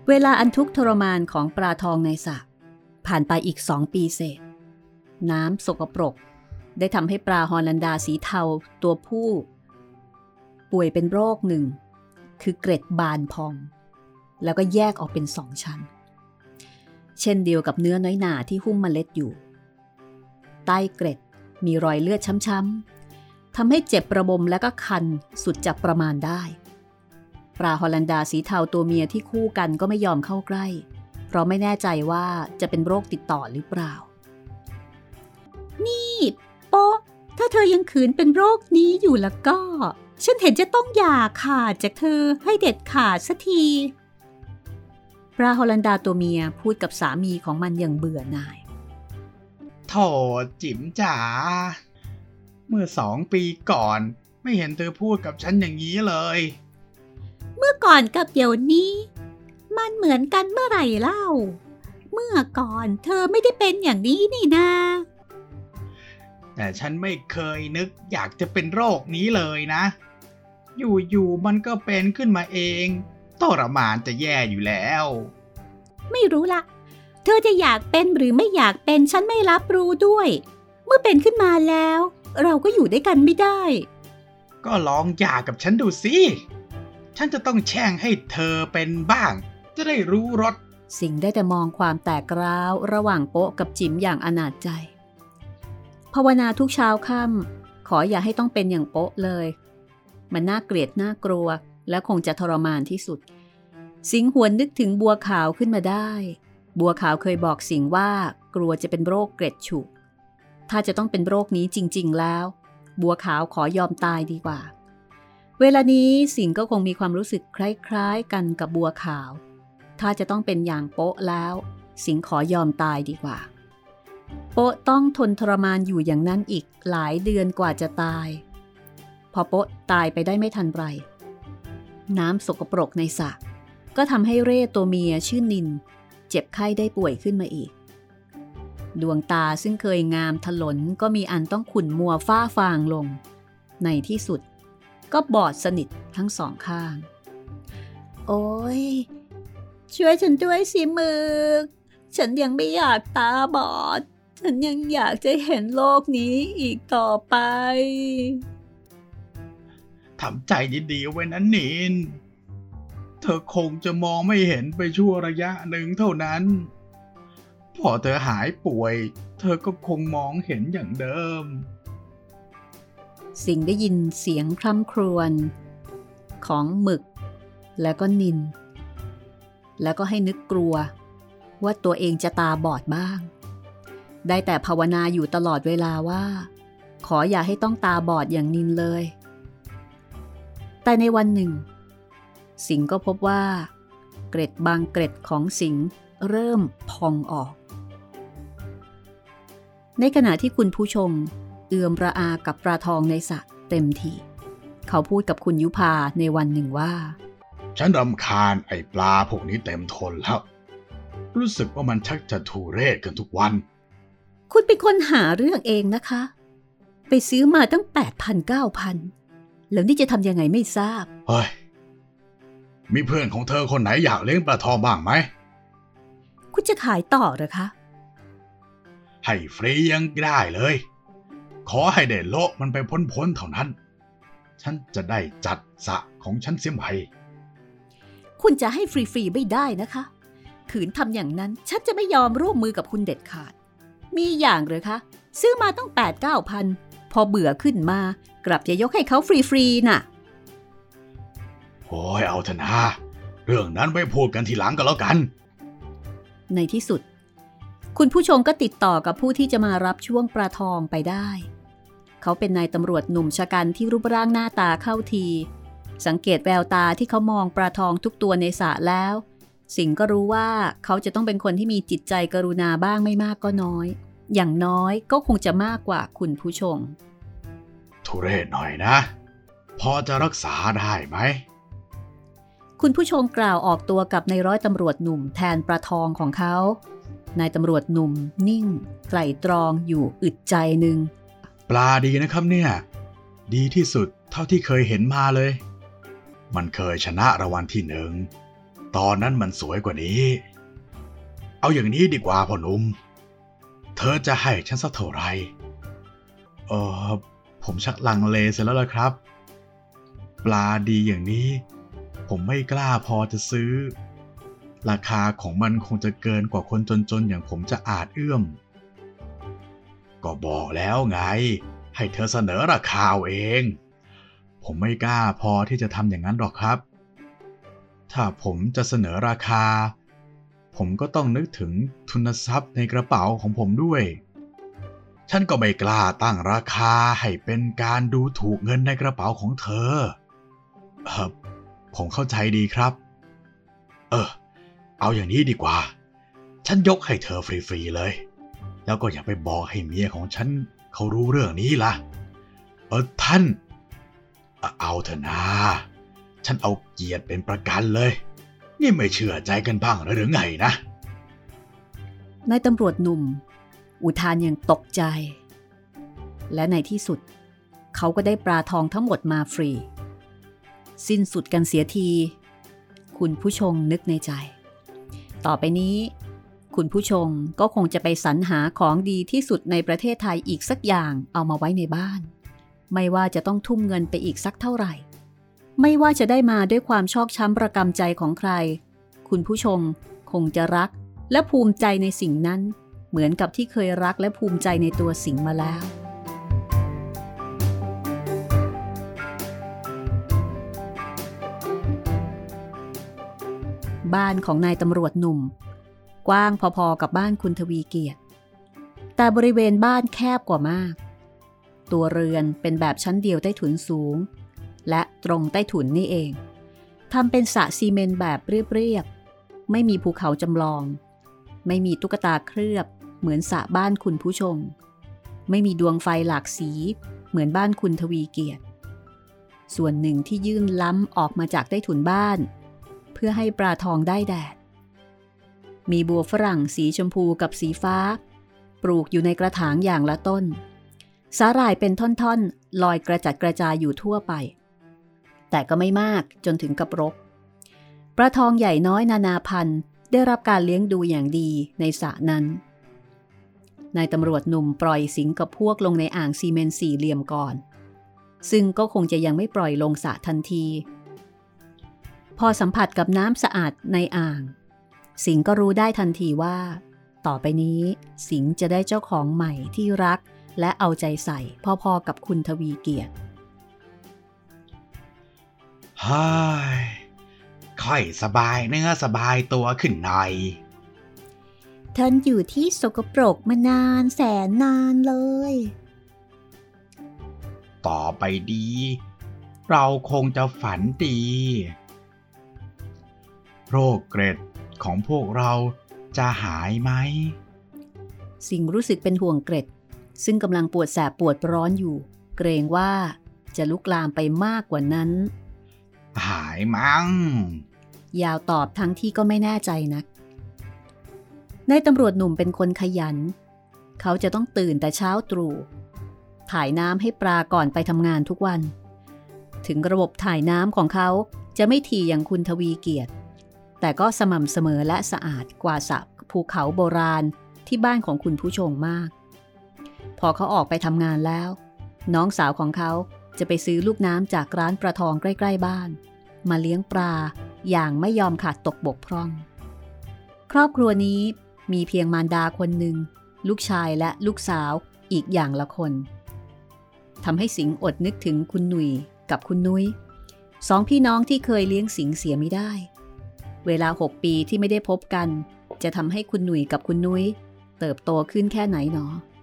เวลาอันทุกข์ทรมานของปลาทองในสระผ่านไปอีกสองปีเศษน้ำสกปรกได้ทำให้ปลาฮอลันดาสีเทาตัวผู้ป่วยเป็นโรคหนึ่งคือเกร็ดบานพองแล้วก็แยกออกเป็นสองชั้นเช่นเดียวกับเนื้อน้อยหนาที่หุ้มเมล็ดอยู่ใต้เกร็ดมีรอยเลือดช้ำๆทำให้เจ็บระบมและก็คันสุดจะประมาณได้ปลาฮอลันดาสีเทาตัวเมียที่คู่กันก็ไม่ยอมเข้าใกล้เพราะไม่แน่ใจว่าจะเป็นโรคติดต่อหรือเปล่านี่โป๊ะถ้าเธอยังขืนเป็นโรคนี้อยู่แล้วก็ฉันเห็นจะต้องหย่าขาดจากเธอให้เด็ดขาดสักทีปลาฮอลันดาตัวเมียพูดกับสามีของมันอย่างเบื่อหน่ายโธ่จิ๋มจ๋าเมื่อสองปีก่อนไม่เห็นเธอพูดกับฉันอย่างนี้เลยเมื่อก่อนกับเดี๋ยวนี้มันเหมือนกันเมื่อไหร่เล่าเมื่อก่อนเธอไม่ได้เป็นอย่างนี้นี่นาแต่ฉันไม่เคยนึกอยากจะเป็นโรคนี้เลยนะอยู่ๆมันก็เป็นขึ้นมาเองทรมานจะแย่อยู่แล้วไม่รู้ละเธอจะอยากเป็นหรือไม่อยากเป็นฉันไม่รับรู้ด้วยเมื่อเป็นขึ้นมาแล้วเราก็อยู่ด้วยกันไม่ได้ก็ลองหย่ากับฉันดูสิฉันจะต้องแช่งให้เธอเป็นบ้างจะได้รู้รสสิ่งได้แต่มองความแตกร้าวระหว่างโป๊ะกับจิ๋มอย่างอนาจใจภาวนาทุกเช้าค่ำขออย่าให้ต้องเป็นอย่างโป๊ะเลยมันน่าเกลียดน่ากลัวและคงจะทรมานที่สุดสิงหวนนึกถึงบัวขาวขึ้นมาได้บัวขาวเคยบอกสิงว่ากลัวจะเป็นโรคเกร็ดฉุกถ้าจะต้องเป็นโรคนี้จริงๆแล้วบัวขาวขอยอมตายดีกว่าเวลานี้สิงก็คงมีความรู้สึกคล้ายๆกันกับบัวขาวถ้าจะต้องเป็นอย่างโป๊ะแล้วสิงขอยอมตายดีกว่าโป๊ะต้องทนทรมานอยู่อย่างนั้นอีกหลายเดือนกว่าจะตายพอโป๊ะตายไปได้ไม่ทันไรน้ำสกปรกในสระก็ทำให้เร่ตัวเมียชื่อนินเจ็บไข้ได้ป่วยขึ้นมาอีกดวงตาซึ่งเคยงามถลนก็มีอันต้องขุ่นมัวฝ้าฟางลงในที่สุดก็บอดสนิททั้งสองข้างโอ๊ยช่วยฉันด้วยสิมึกฉันยังไม่อยากตาบอดฉันยังอยากจะเห็นโลกนี้อีกต่อไปทำใจดีๆไว้นะนินเธอคงจะมองไม่เห็นไปชั่วระยะหนึ่งเท่านั้นพอเธอหายป่วยเธอก็คงมองเห็นอย่างเดิมสิงได้ยินเสียงคร่ำครวญของหมึกแล้วก็นินแล้วก็ให้นึกกลัวว่าตัวเองจะตาบอดบ้างได้แต่ภาวนาอยู่ตลอดเวลาว่าขออย่าให้ต้องตาบอดอย่างนินเลยแต่ในวันหนึ่งสิงก็พบว่าเกร็ดบางเกร็ดของสิงเริ่มพองออกในขณะที่คุณผู้ชมเอื่อมระอากับปลาทองในสระเต็มทีเขาพูดกับคุณยุพาในวันหนึ่งว่าฉันรำคาญไอ้ปลาพวกนี้เต็มทนแล้วรู้สึกว่ามันชักจะทุเรศกันทุกวันคุณเป็นคนหาเรื่องเองนะคะไปซื้อมาตั้ง แปดพัน เก้าพัน แล้วนี่จะทำยังไงไม่ทราบเฮ้ยมีเพื่อนของเธอคนไหนอยากเลี้ยงปลาทองบ้างไหมคุณจะขายต่อหรือคะให้ฟรียังได้เลยขอให้ได้โลกมันไปพ้นๆเท่านั้นฉันจะได้จัดสระของฉันเสียใหม่คุณจะให้ฟรีๆไม่ได้นะคะขืนทำอย่างนั้นฉันจะไม่ยอมร่วมมือกับคุณเด็ดขาดมีอย่างหรือคะซื้อมาต้อง แปด เก้าพัน พอเบื่อขึ้นมากลับจะยกให้เขาฟรีๆน่ะโอ้ยเอาเถอะนะเรื่องนั้นไว้พูดกันทีหลังก็แล้วกันในที่สุดคุณผู้ชมก็ติดต่อกับผู้ที่จะมารับช่วงปลาทองไปได้เขาเป็นนายตำรวจหนุ่มชะกันที่รูปร่างหน้าตาเข้าทีสังเกตแววตาที่เขามองปลาทองทุกตัวในสระแล้วสิงก็รู้ว่าเขาจะต้องเป็นคนที่มีจิตใจกรุณาบ้างไม่มากก็น้อยอย่างน้อยก็คงจะมากกว่าคุณผู้ชมทุเรศหน่อยนะพอจะรักษาได้ไหมคุณผู้ชมกล่าวออกตัวกับนายร้อยตำรวจหนุ่มแทนปลาทองของเขานายตำรวจหนุ่มนิ่งไตร่ตรองอยู่อึดใจหนึ่งปลาดีนะครับเนี่ยดีที่สุดเท่าที่เคยเห็นมาเลยมันเคยชนะรางวัลที่หนึ่งตอนนั้นมันสวยกว่านี้เอาอย่างนี้ดีกว่าพ่อหนุ่มเธอจะให้ฉันสักเท่าไหร่เออผมชักลังเลเสียแล้วล่ะครับปลาดีอย่างนี้ผมไม่กล้าพอจะซื้อราคาของมันคงจะเกินกว่าคนจนๆอย่างผมจะอาจเอื้อมก็บอกแล้วไงให้เธอเสนอราคาเองผมไม่กล้าพอที่จะทำอย่างนั้นหรอกครับถ้าผมจะเสนอราคาผมก็ต้องนึกถึงทุนทรัพย์ในกระเป๋าของผมด้วยฉันก็ไม่กล้าตั้งราคาให้เป็นการดูถูกเงินในกระเป๋าของเธอเออผมเข้าใจดีครับเออเอาอย่างนี้ดีกว่าฉันยกให้เธอฟรีๆเลยแล้วก็อย่าไปบอกให้เมียของฉันเขารู้เรื่องนี้ล่ะเออท่านเอาเถอะนะฉันเอาเกียรติเป็นประกันเลยนี่ไม่เชื่อใจกันบ้างหรือไงนะนายตำรวจหนุ่มอุทานอย่างตกใจและในที่สุดเขาก็ได้ปลาทองทั้งหมดมาฟรีสิ้นสุดกันเสียทีคุณผู้ชงนึกในใจต่อไปนี้คุณผู้ชงก็คงจะไปสรรหาของดีที่สุดในประเทศไทยอีกสักอย่างเอามาไว้ในบ้านไม่ว่าจะต้องทุ่มเงินไปอีกสักเท่าไหร่ไม่ว่าจะได้มาด้วยความชอกช้ำระกำใจของใครคุณผู้ชงคงจะรักและภูมิใจในสิ่งนั้นเหมือนกับที่เคยรักและภูมิใจในตัวสิงห์มาแล้วบ้านของนายตำรวจหนุ่มกว้างพอๆกับบ้านคุณทวีเกียรติแต่บริเวณบ้านแคบกว่ามากตัวเรือนเป็นแบบชั้นเดียวใต้ถุนสูงและตรงใต้ถุนนี่เองทำเป็นสระซีเมนต์แบบเรียบๆไม่มีภูเขาจำลองไม่มีตุ๊กตาเคลือบเหมือนสระบ้านคุณผู้ชงไม่มีดวงไฟหลากสีเหมือนบ้านคุณทวีเกียรติส่วนหนึ่งที่ยื่นล้ำออกมาจากใต้ถุนบ้านเพื่อให้ปลาทองได้แดดมีบัวฝรั่งสีชมพูกับสีฟ้าปลูกอยู่ในกระถางอย่างละต้นสาหร่ายเป็นท่อนๆลอยกระจัดกระจายอยู่ทั่วไปแต่ก็ไม่มากจนถึงกับรกปลาทองใหญ่น้อยนานาพันธุ์ได้รับการเลี้ยงดูอย่างดีในสระนั้นนายตำรวจหนุ่มปล่อยสิงกับพวกลงในอ่างซีเมนต์สี่เหลี่ยมก่อนซึ่งก็คงจะยังไม่ปล่อยลงสระทันทีพอสัมผัสกับน้ำสะอาดในอ่างสิงก็รู้ได้ทันทีว่าต่อไปนี้สิงจะได้เจ้าของใหม่ที่รักและเอาใจใส่พอๆกับคุณทวีเกียรติฮ่ายค่อยสบายเนื้อสบายตัวขึ้นหน่อยท่านอยู่ที่สกปรกมานานแสนนานเลยต่อไปดีเราคงจะฝันดีโรคเกร็ดของพวกเราจะหายไหมสิงรู้สึกเป็นห่วงเกร็ดซึ่งกำลังปวดแสบปวดร้อนอยู่เกรงว่าจะลุกลามไปมากกว่านั้นหายมั้งยาวตอบทั้งที่ก็ไม่แน่ใจนักนายตำรวจหนุ่มเป็นคนขยันเขาจะต้องตื่นแต่เช้าตรู่ถ่ายน้ำให้ปลาก่อนไปทำงานทุกวันถึงระบบถ่ายน้ำของเขาจะไม่ถี่อย่างคุณทวีเกียรติแต่ก็สม่ำเสมอและสะอาดกว่าสระภูเขาโบราณที่บ้านของคุณผู้ชงมากพอเขาออกไปทำงานแล้วน้องสาวของเขาจะไปซื้อลูกน้ำจากร้านปลาทองใกล้ๆบ้านมาเลี้ยงปลาอย่างไม่ยอมขาดตกบกพร่องครอบครัวนี้มีเพียงมารดาคนหนึ่งลูกชายและลูกสาวอีกอย่างละคนทำให้สิงห์อดนึกถึงคุณหนุ่ยกับคุณนุ้ยสองพี่น้องที่เคยเลี้ยงสิงห์เสียไม่ได้เวลาหกปีที่ไม่ได้พบกันจะทำให้คุณหนุ่ยกับคุณนุ้ยเติบโตขึ้นแค่ไหนหน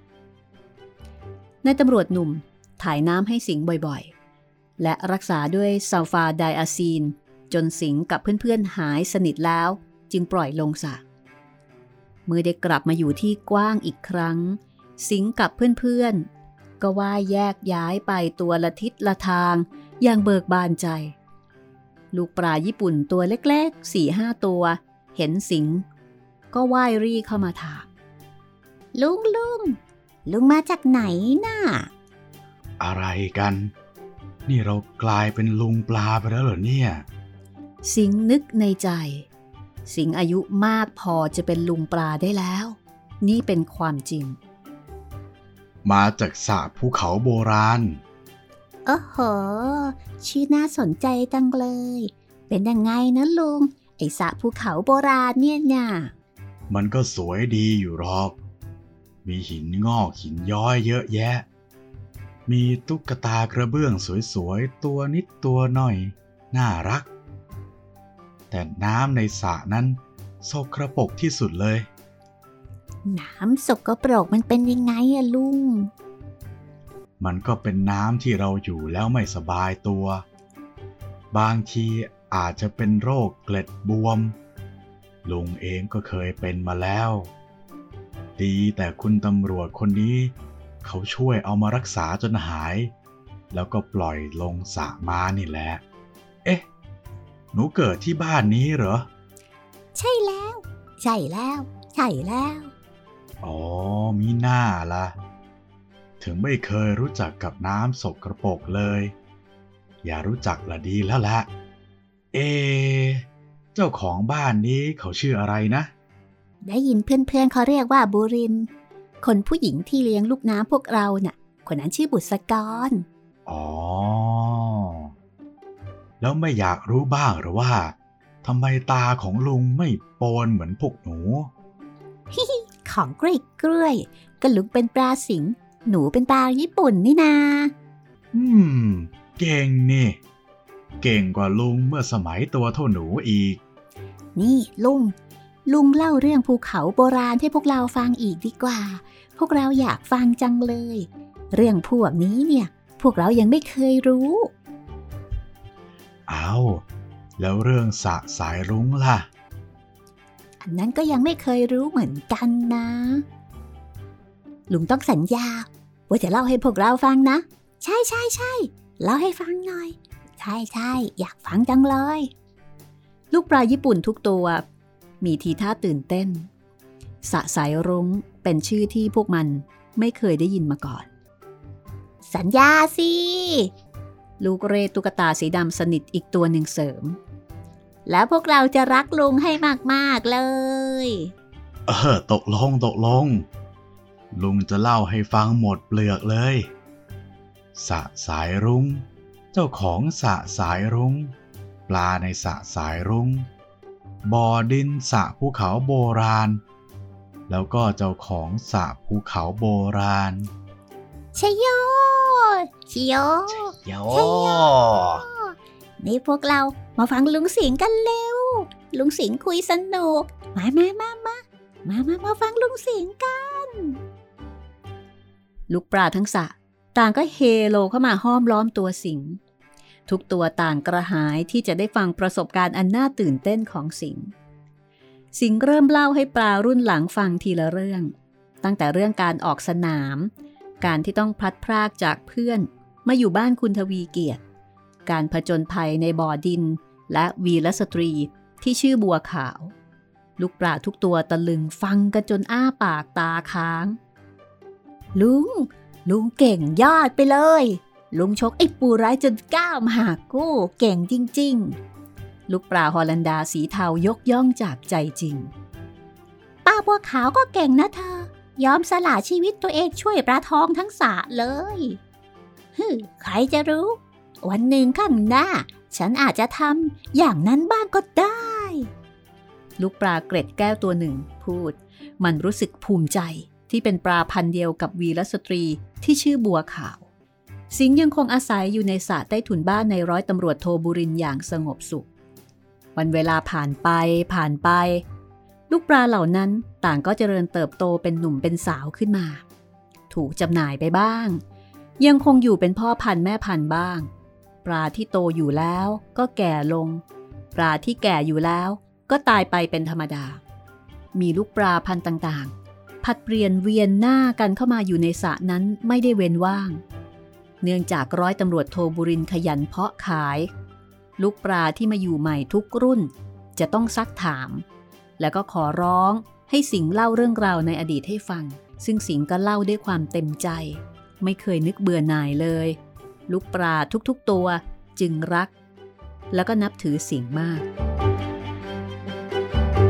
อนายตำรวจหนุ่มถ่ายน้ำให้สิงห์บ่อยๆและรักษาด้วยซัลฟาไดอะซีนจนสิงห์กับเพื่อนๆหายสนิทแล้วจึงปล่อยลงสระเมื่อได้กลับมาอยู่ที่กว้างอีกครั้งสิงห์กับเพื่อนๆก็ว่ายแยกย้ายไปตัวละทิศละทางอย่างเบิกบานใจลูกปลาญี่ปุ่นตัวเล็กๆ สี่ห้า ตัวเห็นสิงห์ก็ว่ายรี่เข้ามาถามลุงลุงลุงมาจากไหนน่ะอะไรกันนี่เรากลายเป็นลุงปลาไปแล้วเหรอเนี่ยสิงห์นึกในใจสิงอายุมากพอจะเป็นลุงปลาได้แล้วนี่เป็นความจริงมาจากสระภูเขาโบราณโอ้โหชื่อน่าสนใจจังเลยเป็นยังไงนะลุงไอสระภูเขาโบราณเนี่ยน่ะมันก็สวยดีอยู่หรอกมีหินงอกหินย้อยเยอะแยะมีตุ๊กตากระเบื้องสวยๆตัวนิดตัวหน่อยน่ารักแต่น้ำในสระนั้นสกปรกที่สุดเลยน้ำสกปรกมันเป็นยังไงอะลุงมันก็เป็นน้ำที่เราอยู่แล้วไม่สบายตัวบางทีอาจจะเป็นโรคเกล็ดบวมลุงเองก็เคยเป็นมาแล้วดีแต่คุณตำรวจคนนี้เขาช่วยเอามารักษาจนหายแล้วก็ปล่อยลงสระมานี่แหละเอ๊ะหนูเกิดที่บ้านนี้เหรอใช่แล้วใช่แล้วใช่แล้วอ๋อมีหน้าล่ะถึงไม่เคยรู้จักกับน้ำสกปรกเลยอย่ารู้จักละดีแล้วละเอเจ้าของบ้านนี้เขาชื่ออะไรนะได้ยินเพื่อนๆเขาเรียกว่าบุรินทร์คนผู้หญิงที่เลี้ยงลูกน้ำพวกเราน่ะคนนั้นชื่อบุษกรอ๋อแล้วไม่อยากรู้บ้างหรือว่าทำไมตาของลุงไม่โปนเหมือนพวกหนูฮิฮิของกล้วยกล้วยก็ลุงเป็นปลาสิงหนูเป็นปลาญี่ปุ่นนี่นาอืมเก่งนี่เก่งกว่าลุงเมื่อสมัยตัวเท่าหนูอีกนี่ลุงลุงเล่าเรื่องภูเขาโบราณให้พวกเราฟังอีกดีกว่าพวกเราอยากฟังจังเลยเรื่องพวกนี้เนี่ยพวกเรายังไม่เคยรู้อ้าวแล้วเรื่องสระสายรุ้งล่ะอันนั้นก็ยังไม่เคยรู้เหมือนกันนะลุงต้องสัญญาว่าจะเล่าให้พวกเราฟังนะใช่ใช่ใช่เล่าให้ฟังหน่อยใช่ใช่อยากฟังจังเลยลูกปลาญี่ปุ่นทุกตัวมีทีท่าตื่นเต้นสระสายรุ้งเป็นชื่อที่พวกมันไม่เคยได้ยินมาก่อนสัญญาสิลูกเรตุ๊กตาสีดำสนิทอีกตัวหนึ่งเสริมแล้วพวกเราจะรักลุงให้มากๆเลยเออตกลงตกลงลุงจะเล่าให้ฟังหมดเปลือกเลยสระสายรุ้งเจ้าของสระสายรุ้งปลาในสระสายรุ้งบ่อดินสระภูเขาโบราณแล้วก็เจ้าของสระภูเขาโบราณชโยชโยชโยนี่พวกเรามาฟังลุงสิงห์กันเร็วลุงสิงห์คุยสนุกมามามามามามามาฟังลุงสิงห์กันลูกปลาทั้งสระต่างก็เฮโลเข้ามาห้อมล้อมตัวสิงห์ทุกตัวต่างกระหายที่จะได้ฟังประสบการณ์อันน่าตื่นเต้นของสิงห์สิงห์เริ่มเล่าให้ปลารุ่นหลังฟังทีละเรื่องตั้งแต่เรื่องการออกสนามการที่ต้องพลัดพรากจากเพื่อนมาอยู่บ้านคุณทวีเกียรติการผจญภัยในบ่อดินและวีรสตรีที่ชื่อบัวขาวลูกปลาทุกตัวตะลึงฟังกันจนอ้าปากตาค้างลุงลุงเก่งยอดไปเลยลุงชกไอ้ปูร้ายจนก้าวมาหากู้เก่งจริงๆลูกปลาฮอลันดาสีเทายกย่องจากใจจริงป้าบัวขาวก็เก่งนะเธอยอมสละชีวิตตัวเองช่วยปลาทองทั้งสระเลยฮึใครจะรู้วันหนึ่งข้างหน้าฉันอาจจะทำอย่างนั้นบ้างก็ได้ลูกปลาเกร็ดแก้วตัวหนึ่งพูดมันรู้สึกภูมิใจที่เป็นปลาพันธุ์เดียวกับวีรสตรีที่ชื่อบัวขาวสิงห์ยังคงอาศัยอยู่ในสระใต้ถุนบ้านในร้อยตำรวจโทบุรินทร์อย่างสงบสุขวันเวลาผ่านไปผ่านไปลูกปลาเหล่านั้นต่างก็เจริญเติบโตเป็นหนุ่มเป็นสาวขึ้นมาถูกจำหน่ายไปบ้างยังคงอยู่เป็นพ่อพันธุ์แม่พันธุ์บ้างปลาที่โตอยู่แล้วก็แก่ลงปลาที่แก่อยู่แล้วก็ตายไปเป็นธรรมดามีลูกปลาพันธุ์ต่างๆผัดเปลี่ยนเวียนหน้ากันเข้ามาอยู่ในสระนั้นไม่ได้เว้นว่างเนื่องจากร้อยตำรวจโทบุรินทร์ขยันเพาะขายลูกปลาที่มาอยู่ใหม่ทุกรุ่นจะต้องซักถามแล้วก็ขอร้องให้สิงห์เล่าเรื่องราวในอดีตให้ฟังซึ่งสิงห์ก็เล่าด้วยความเต็มใจไม่เคยนึกเบื่อหน่ายเลยลูกปลาทุกๆตัวจึงรักแล้วก็นับถือสิงห์มาก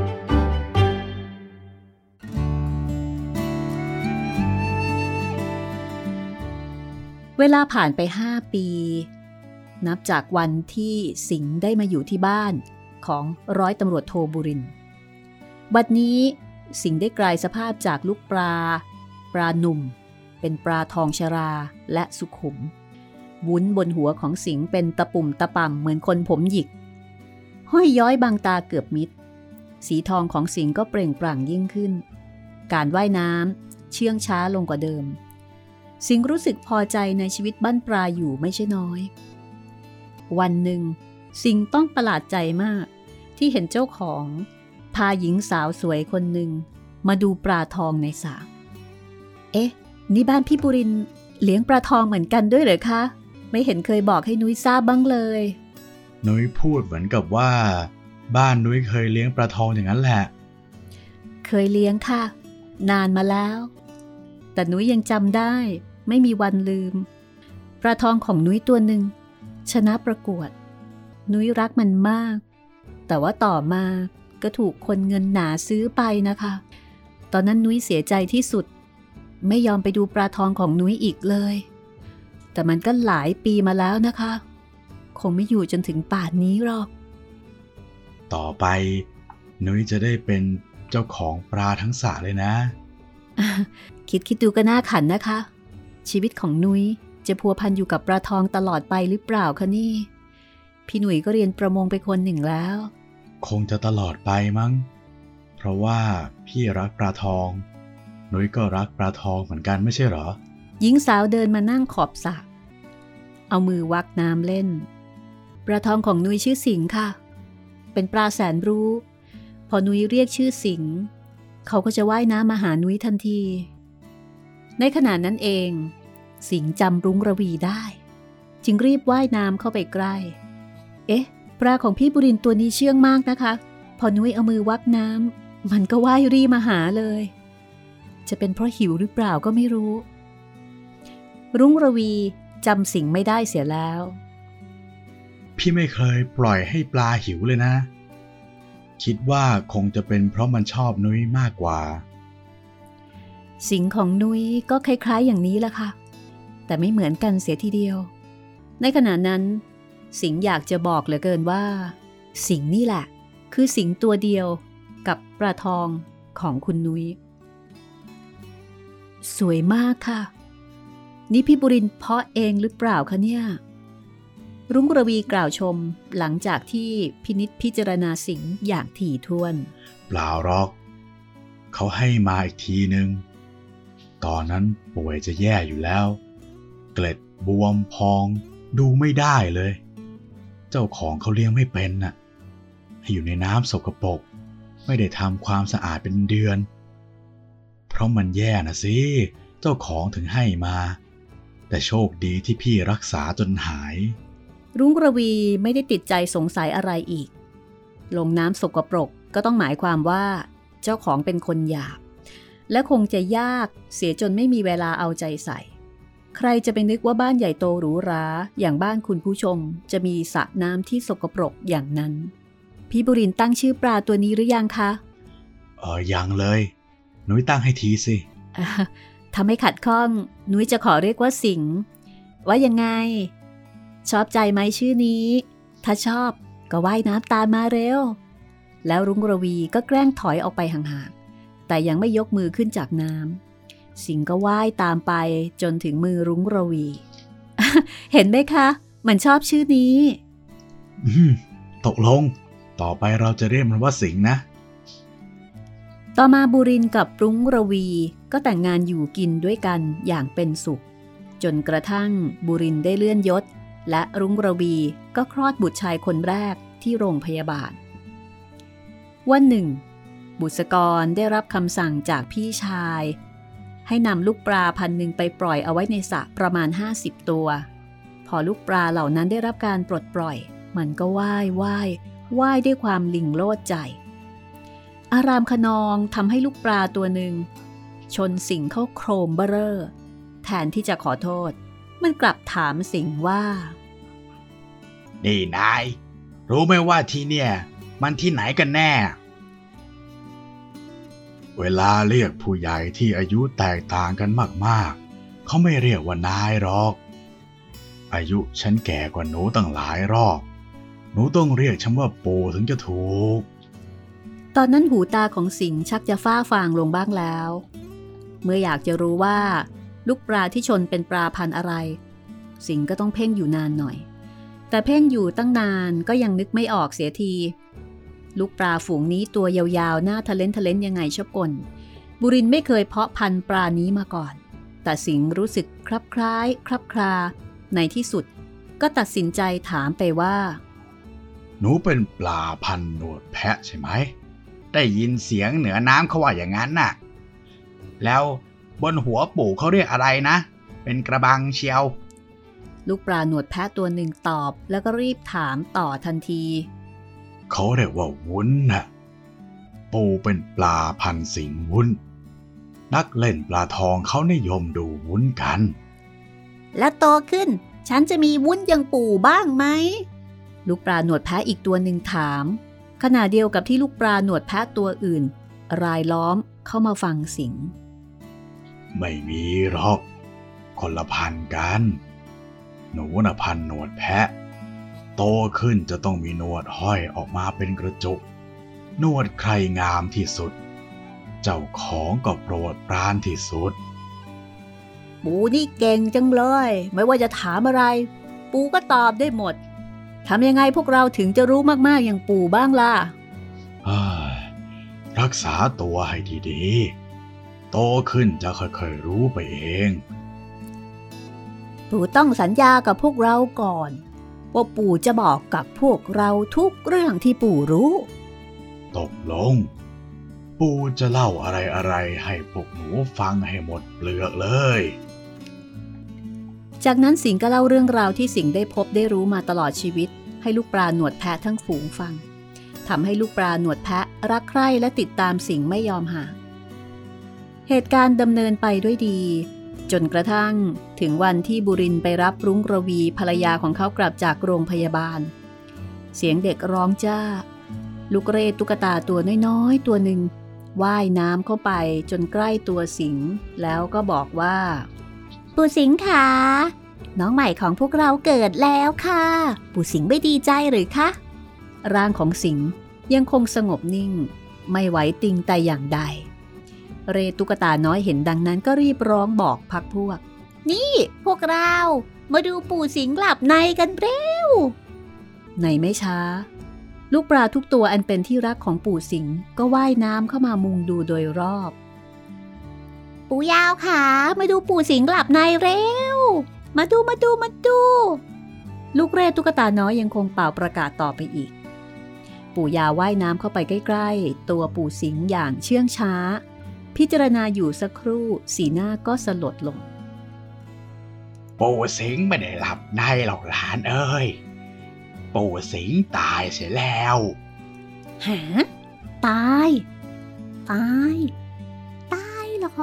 เวลาผ่านไปห้าปีนับจากวันที่สิงห์ได้มาอยู่ที่บ้านของร้อยตำรวจโทบุรินทร์บัดนี้สิงห์ได้กลายสภาพจากลูกปลาปลาหนุ่มเป็นปลาทองชราและสุขุมวุ้นบนหัวของสิงห์เป็นตะปุ่มตะป่ำเหมือนคนผมหยิกห้อยย้อยบางตาเกือบมิดสีทองของสิงห์ก็เปล่งปลั่งยิ่งขึ้นการว่ายน้ำเชื่องช้าลงกว่าเดิมสิงห์รู้สึกพอใจในชีวิตบ้านปลาอยู่ไม่ใช่น้อยวันหนึ่งสิงห์ต้องประหลาดใจมากที่เห็นเจ้าของพาหญิงสาวสวยคนหนึ่งมาดูปลาทองในสระเอ๊ะนี่บ้านพี่บุรินทร์เลี้ยงปลาทองเหมือนกันด้วยเหรอคะไม่เห็นเคยบอกให้นุ้ยทราบบ้างเลยนุ้ยพูดเหมือนกับว่าบ้านนุ้ยเคยเลี้ยงปลาทองอย่างนั้นแหละเคยเลี้ยงค่ะนานมาแล้วแต่นุ้ยยังจำได้ไม่มีวันลืมปลาทองของนุ้ยตัวหนึ่งชนะประกวดนุ้ยรักมันมากแต่ว่าต่อมาก็ถูกคนเงินหนาซื้อไปนะคะตอนนั้นนุ้ยเสียใจที่สุดไม่ยอมไปดูปลาทองของนุ้ยอีกเลยแต่มันก็หลายปีมาแล้วนะคะคงไม่อยู่จนถึงป่านนี้หรอกต่อไปนุ้ยจะได้เป็นเจ้าของปลาทั้งสระเลยนะคิดคิดดูก็น่าขันนะคะชีวิตของนุ้ยจะพัวพันอยู่กับปลาทองตลอดไปหรือเปล่าคะนี่พี่หนุ่ยก็เรียนประมงไปคนหนึ่งแล้วคงจะตลอดไปมั้งเพราะว่าพี่รักปลาทองนุ้ยก็รักปลาทองเหมือนกันไม่ใช่เหรอหญิงสาวเดินมานั่งขอบสระเอามือวักน้ำเล่นปลาทองของนุ้ยชื่อสิงห์ค่ะเป็นปลาแสนรู้พอนุ้ยเรียกชื่อสิงห์เขาก็จะว่ายน้ำมาหานุ้ยทันทีในขณะนั้นเองสิงห์จำรุ้งระวีได้จึงรีบว่ายน้ำเข้าไปใกล้เอ๊ะปลาของพี่บุรินทร์ตัวนี้เชื่องมากนะคะพอนุ้ยเอามือวักน้ำมันก็ว่ายรีมาหาเลยจะเป็นเพราะหิวหรือเปล่าก็ไม่รู้รุ้งระวีจำสิงห์ไม่ได้เสียแล้วพี่ไม่เคยปล่อยให้ปลาหิวเลยนะคิดว่าคงจะเป็นเพราะมันชอบนุ้ยมากกว่าสิงห์ของนุ้ยก็คล้ายๆอย่างนี้แหละค่ะแต่ไม่เหมือนกันเสียทีเดียวในขณะนั้นสิงห์อยากจะบอกเหลือเกินว่าสิงห์นี่แหละคือสิงห์ตัวเดียวกับปลาทองของคุณนุ้ยสวยมากค่ะนี่พี่บุรินทร์เพาะเองหรือเปล่าคะเนี่ยรุ้งระวีกล่าวชมหลังจากที่พินิจพิจารณาสิงห์อย่างถี่ถ้วนเปล่าหรอกเขาให้มาอีกทีนึงตอนนั้นป่วยจะแย่อยู่แล้วเกล็ดบวมพองดูไม่ได้เลยเจ้าของเขาเลี้ยงไม่เป็นน่ะให้อยู่ในน้ำสกปรกไม่ได้ทำความสะอาดเป็นเดือนเพราะมันแย่นะสิเจ้าของถึงให้มาแต่โชคดีที่พี่รักษาจนหายรุ้งระวีไม่ได้ติดใจสงสัยอะไรอีกลงน้ำสกปรกก็ต้องหมายความว่าเจ้าของเป็นคนหยาบและคงจะยากเสียจนไม่มีเวลาเอาใจใส่ใครจะไปนึกว่าบ้านใหญ่โตหรูหราอย่างบ้านคุณผู้ชมจะมีสระน้ำที่สกปรกอย่างนั้นพี่บุรินทร์ตั้งชื่อปลาตัวนี้หรือยังคะเออยังเลยนุ้ยตั้งให้ทีสิถ้าไม่ขัดข้องนุ้ยจะขอเรียกว่าสิงห์ว่ายังไงชอบใจไหมชื่อนี้ถ้าชอบก็ว่ายน้ำตามมาเร็วแล้วรุ้งระวีก็แกล้งถอยออกไปห่างๆแต่ยังไม่ยกมือขึ้นจากน้ำสิงห์ก็ว่ายตามไปจนถึงมือรุ้งระวี เห็นไหมคะมันชอบชื่อนี้ตกลงต่อไปเราจะเรียกมันว่าสิงห์นะต่อมาบุรินทร์กับรุ้งระวีก็แต่งงานอยู่กินด้วยกันอย่างเป็นสุขจนกระทั่งบุรินทร์ได้เลื่อนยศและรุ้งระวีก็คลอดบุตรชายคนแรกที่โรงพยาบาลวันหนึ่งบุษกรได้รับคำสั่งจากพี่ชายให้นำลูกปลาพันหนึ่งไปปล่อยเอาไว้ในสระประมาณห้าสิบตัวพอลูกปลาเหล่านั้นได้รับการปลดปล่อยมันก็ว่ายว่ายว่ายด้วยความลิงโลดใจอารามขนองทำให้ลูกปลาตัวหนึ่งชนสิงห์เข้าโครมเบ้อเร่อแทนที่จะขอโทษมันกลับถามสิงห์ว่านี่นายรู้ไหมว่าที่เนี่ยมันที่ไหนกันแน่เวลาเรียกผู้ใหญ่ที่อายุแตกต่างกันมากๆเขาไม่เรียกว่านายหรอกอายุฉันแก่กว่าหนูตั้งหลายรอบหนูต้องเรียกฉันว่าปู่ถึงจะถูกตอนนั้นหูตาของสิงห์ชักจะฟ้าฟางลงบ้างแล้วเมื่ออยากจะรู้ว่าลูกปลาที่ชนเป็นปลาพันธุ์อะไรสิงห์ก็ต้องเพ่งอยู่นานหน่อยแต่เพ่งอยู่ตั้งนานก็ยังนึกไม่ออกเสียทีลูกปลาฝูงนี้ตัวยาวๆหน้าทะเลนทะเลนยังไงชอบกลบุรินทร์ไม่เคยเพาะพันธุ์ปลานี้มาก่อนแต่สิงห์รู้สึกคลับคล้ายคลับคลาในที่สุดก็ตัดสินใจถามไปว่าหนูเป็นปลาพันธุ์หนวดแพะใช่ไหมได้ยินเสียงเหนือน้ำเขาว่าอย่างนั้นน่ะแล้วบนหัวปู่เขาเรียกอะไรนะเป็นกระบังเชียวลูกปลาหนวดแพะตัวหนึ่งตอบแล้วก็รีบถามต่อทันทีเขาเรียกว่าวุ้นน่ะปู่เป็นปลาพันธุ์สิงห์วุ้นนักเล่นปลาทองเขานิยมดูวุ้นกันแล้วโตขึ้นฉันจะมีวุ้นอย่างปู่บ้างไหมลูกปลาหนวดแพะอีกตัวหนึ่งถามขณะเดียวกับที่ลูกปลาหนวดแพะตัวอื่นรายล้อมเข้ามาฟังสิงห์ไม่มีหรอกคนละพันกันหนูน่ะพันหนวดแพะโตขึ้นจะต้องมีหนวดห้อยออกมาเป็นกระจุกหนวดใครงามที่สุดเจ้าของก็โปรดปรานที่สุดปู่นี่เก่งจังเลยไม่ว่าจะถามอะไรปู่ก็ตอบได้หมดทำยังไงพวกเราถึงจะรู้มากๆอย่างปู่บ้างล่ะรักษาตัวให้ดีๆโตขึ้นจะค่อยๆรู้ไปเองปู่ต้องสัญญากับพวกเราก่อนว่าปู่จะบอกกับพวกเราทุกเรื่องที่ปู่รู้ตกลงปู่จะเล่าอะไรๆให้พวกหนูฟังให้หมดเปลือกเลยจากนั้นสิงห์ก็เล่าเรื่องราวที่สิงห์ได้พบได้รู้มาตลอดชีวิตให้ลูกปลาหนวดแพะทั้งฝูงฟังทำให้ลูกปลาหนวดแพะรักใคร่และติดตามสิงห์ไม่ยอมห่างเหตุการณ์ดำเนินไปด้วยดีจนกระทั่งถึงวันที่บุรินทร์ไปรับรุ้งระวีภรรยาของเขากลับจากโรงพยาบาลเสียงเด็กร้องจ้าลูกเรศตุ๊กตาตัวน้อยๆตัวหนึ่งว่ายน้ำเข้าไปจนใกล้ตัวสิงห์แล้วก็บอกว่าปู่สิงห์ค่ะน้องใหม่ของพวกเราเกิดแล้วค่ะปู่สิงห์ไม่ดีใจหรือคะร่างของสิงห์ยังคงสงบนิ่งไม่ไหวติงแต่อย่างใดเรตุ๊กตาน้อยเห็นดังนั้นก็รีบร้องบอกพรรคพวกนี่พวกเรามาดูปู่สิงห์หลับในกันเร็วในไม่ช้าลูกปลาทุกตัวอันเป็นที่รักของปู่สิงห์ก็ว่ายน้ำเข้ามามุงดูโดยรอบปู่ยาวค่ะมาดูปู่สิงห์หลับในเร็วมาดูมาดูมาดูลูกเรตุ๊กตาน้อยยังคงเป่าประกาศต่อไปอีกปู่ยาวว่ายน้ำเข้าไปใกล้ๆตัวปู่สิงห์อย่างเชื่องช้าพิจารณาอยู่สักครู่สีหน้าก็สลดลงปู่สิงห์ไม่ได้หลับในหรอกหลานเอ้ยปู่สิงห์ตายเสียแล้วฮะตายตายตายเหรอ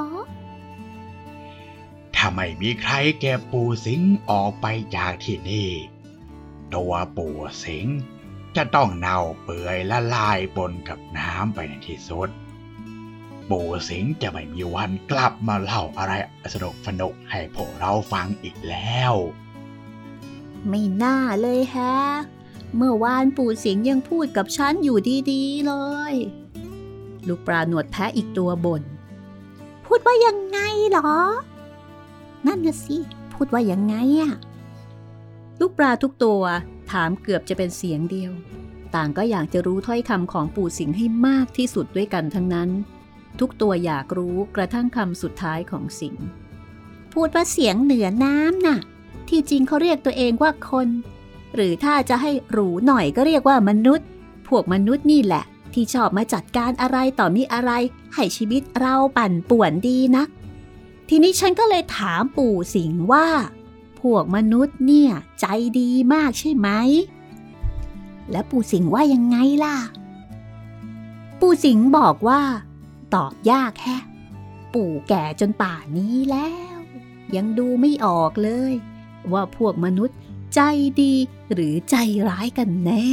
ถ้าไม่มีใครเก็บปู่สิงห์ออกไปจากที่นี่ตัวปู่สิงห์จะต้องเน่าเปื่อยละลายปนกับน้ำไปในที่สุดปู่สิงห์จะไม่มีวันกลับมาเล่าอะไรสนุกสนุกให้พวกเราฟังอีกแล้วไม่น่าเลยฮะเมื่อวานปู่สิงห์ยังพูดกับฉันอยู่ดีๆเลยลูกปลาหนวดแพะอีกตัวบ่นพูดว่ายังไงหรอนั่นน่ะสิพูดว่ายังไงอะลูกปลาทุกตัวถามเกือบจะเป็นเสียงเดียวต่างก็อยากจะรู้ถ้อยคำของปู่สิงห์ให้มากที่สุดด้วยกันทั้งนั้นทุกตัวอยากรู้กระทั่งคำสุดท้ายของสิงห์พูดว่าเสียงเหนือน้ำน่ะที่จริงเขาเรียกตัวเองว่าคนหรือถ้าจะให้หรูหน่อยก็เรียกว่ามนุษย์พวกมนุษย์นี่แหละที่ชอบมาจัดการอะไรต่อมีอะไรให้ชีวิตเราปั่นป่วนดีนักทีนี้ฉันก็เลยถามปู่สิงห์ว่าพวกมนุษย์เนี่ยใจดีมากใช่ไหมแล้วปู่สิงห์ว่ายังไงล่ะปู่สิงห์บอกว่าตอบยากแค่ปู่แก่จนป่านนี้แล้วยังดูไม่ออกเลยว่าพวกมนุษย์ใจดีหรือใจร้ายกันแน่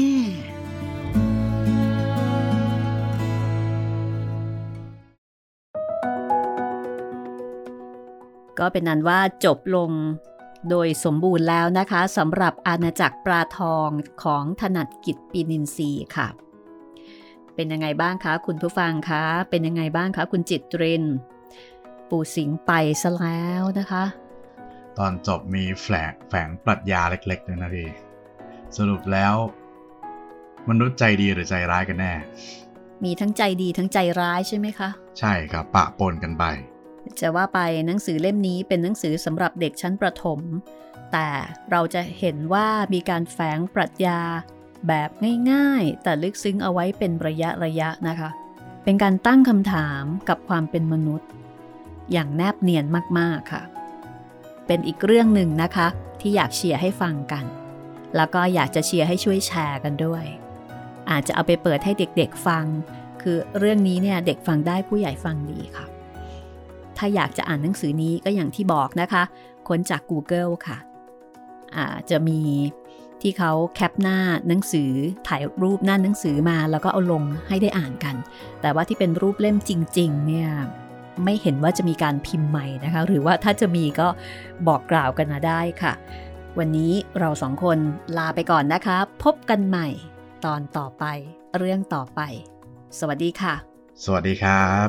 ก็เป็นนั้นว่าจบลงโดยสมบูรณ์แล้วนะคะสำหรับอาณาจักรปลาทองของถนัดกิจปีนินทรีย์ค่ะเป็นยังไงบ้างคะคุณผู้ฟังคะเป็นยังไงบ้างคะคุณจิตรินปู่สิงห์ไปซะแล้วนะคะตอนจบมีแฝงแฝงปรัชญาเล็กๆด้วยนะพี่สรุปแล้วมนุษย์ใจดีหรือใจร้ายกันแน่มีทั้งใจดีทั้งใจร้ายใช่ไหมคะใช่ครับปะปนกันไปจะว่าไปหนังสือเล่มนี้เป็นหนังสือสำหรับเด็กชั้นประถมแต่เราจะเห็นว่ามีการแฝงปรัชญาแบบง่ายๆแต่ลึกซึ้งเอาไว้เป็นระยะระยะนะคะเป็นการตั้งคำถามกับความเป็นมนุษย์อย่างแนบเนียนมากๆค่ะเป็นอีกเรื่องหนึ่งนะคะที่อยากเชียร์ให้ฟังกันแล้วก็อยากจะเชียร์ให้ช่วยแชร์กันด้วยอาจจะเอาไปเปิดให้เด็กๆฟังคือเรื่องนี้เนี่ยเด็กฟังได้ผู้ใหญ่ฟังดีค่ะถ้าอยากจะอ่านหนังสือนี้ก็อย่างที่บอกนะคะค้นจาก Google ค่ะอาจจะมีที่เขาแคปหน้าหนังสือถ่ายรูปหน้าหนังสือมาแล้วก็เอาลงให้ได้อ่านกันแต่ว่าที่เป็นรูปเล่มจริงๆเนี่ยไม่เห็นว่าจะมีการพิมพ์ใหม่นะคะหรือว่าถ้าจะมีก็บอกกล่าวกันมาได้ค่ะวันนี้เราสองคนลาไปก่อนนะคะพบกันใหม่ตอนต่อไปเรื่องต่อไปสวัสดีค่ะสวัสดีครับ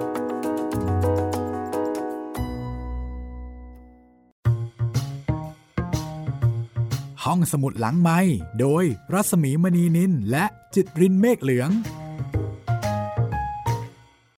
ห้องสมุดหลังไมค์โดยรัศมีมณีนินและจิตรินเมฆเหลือง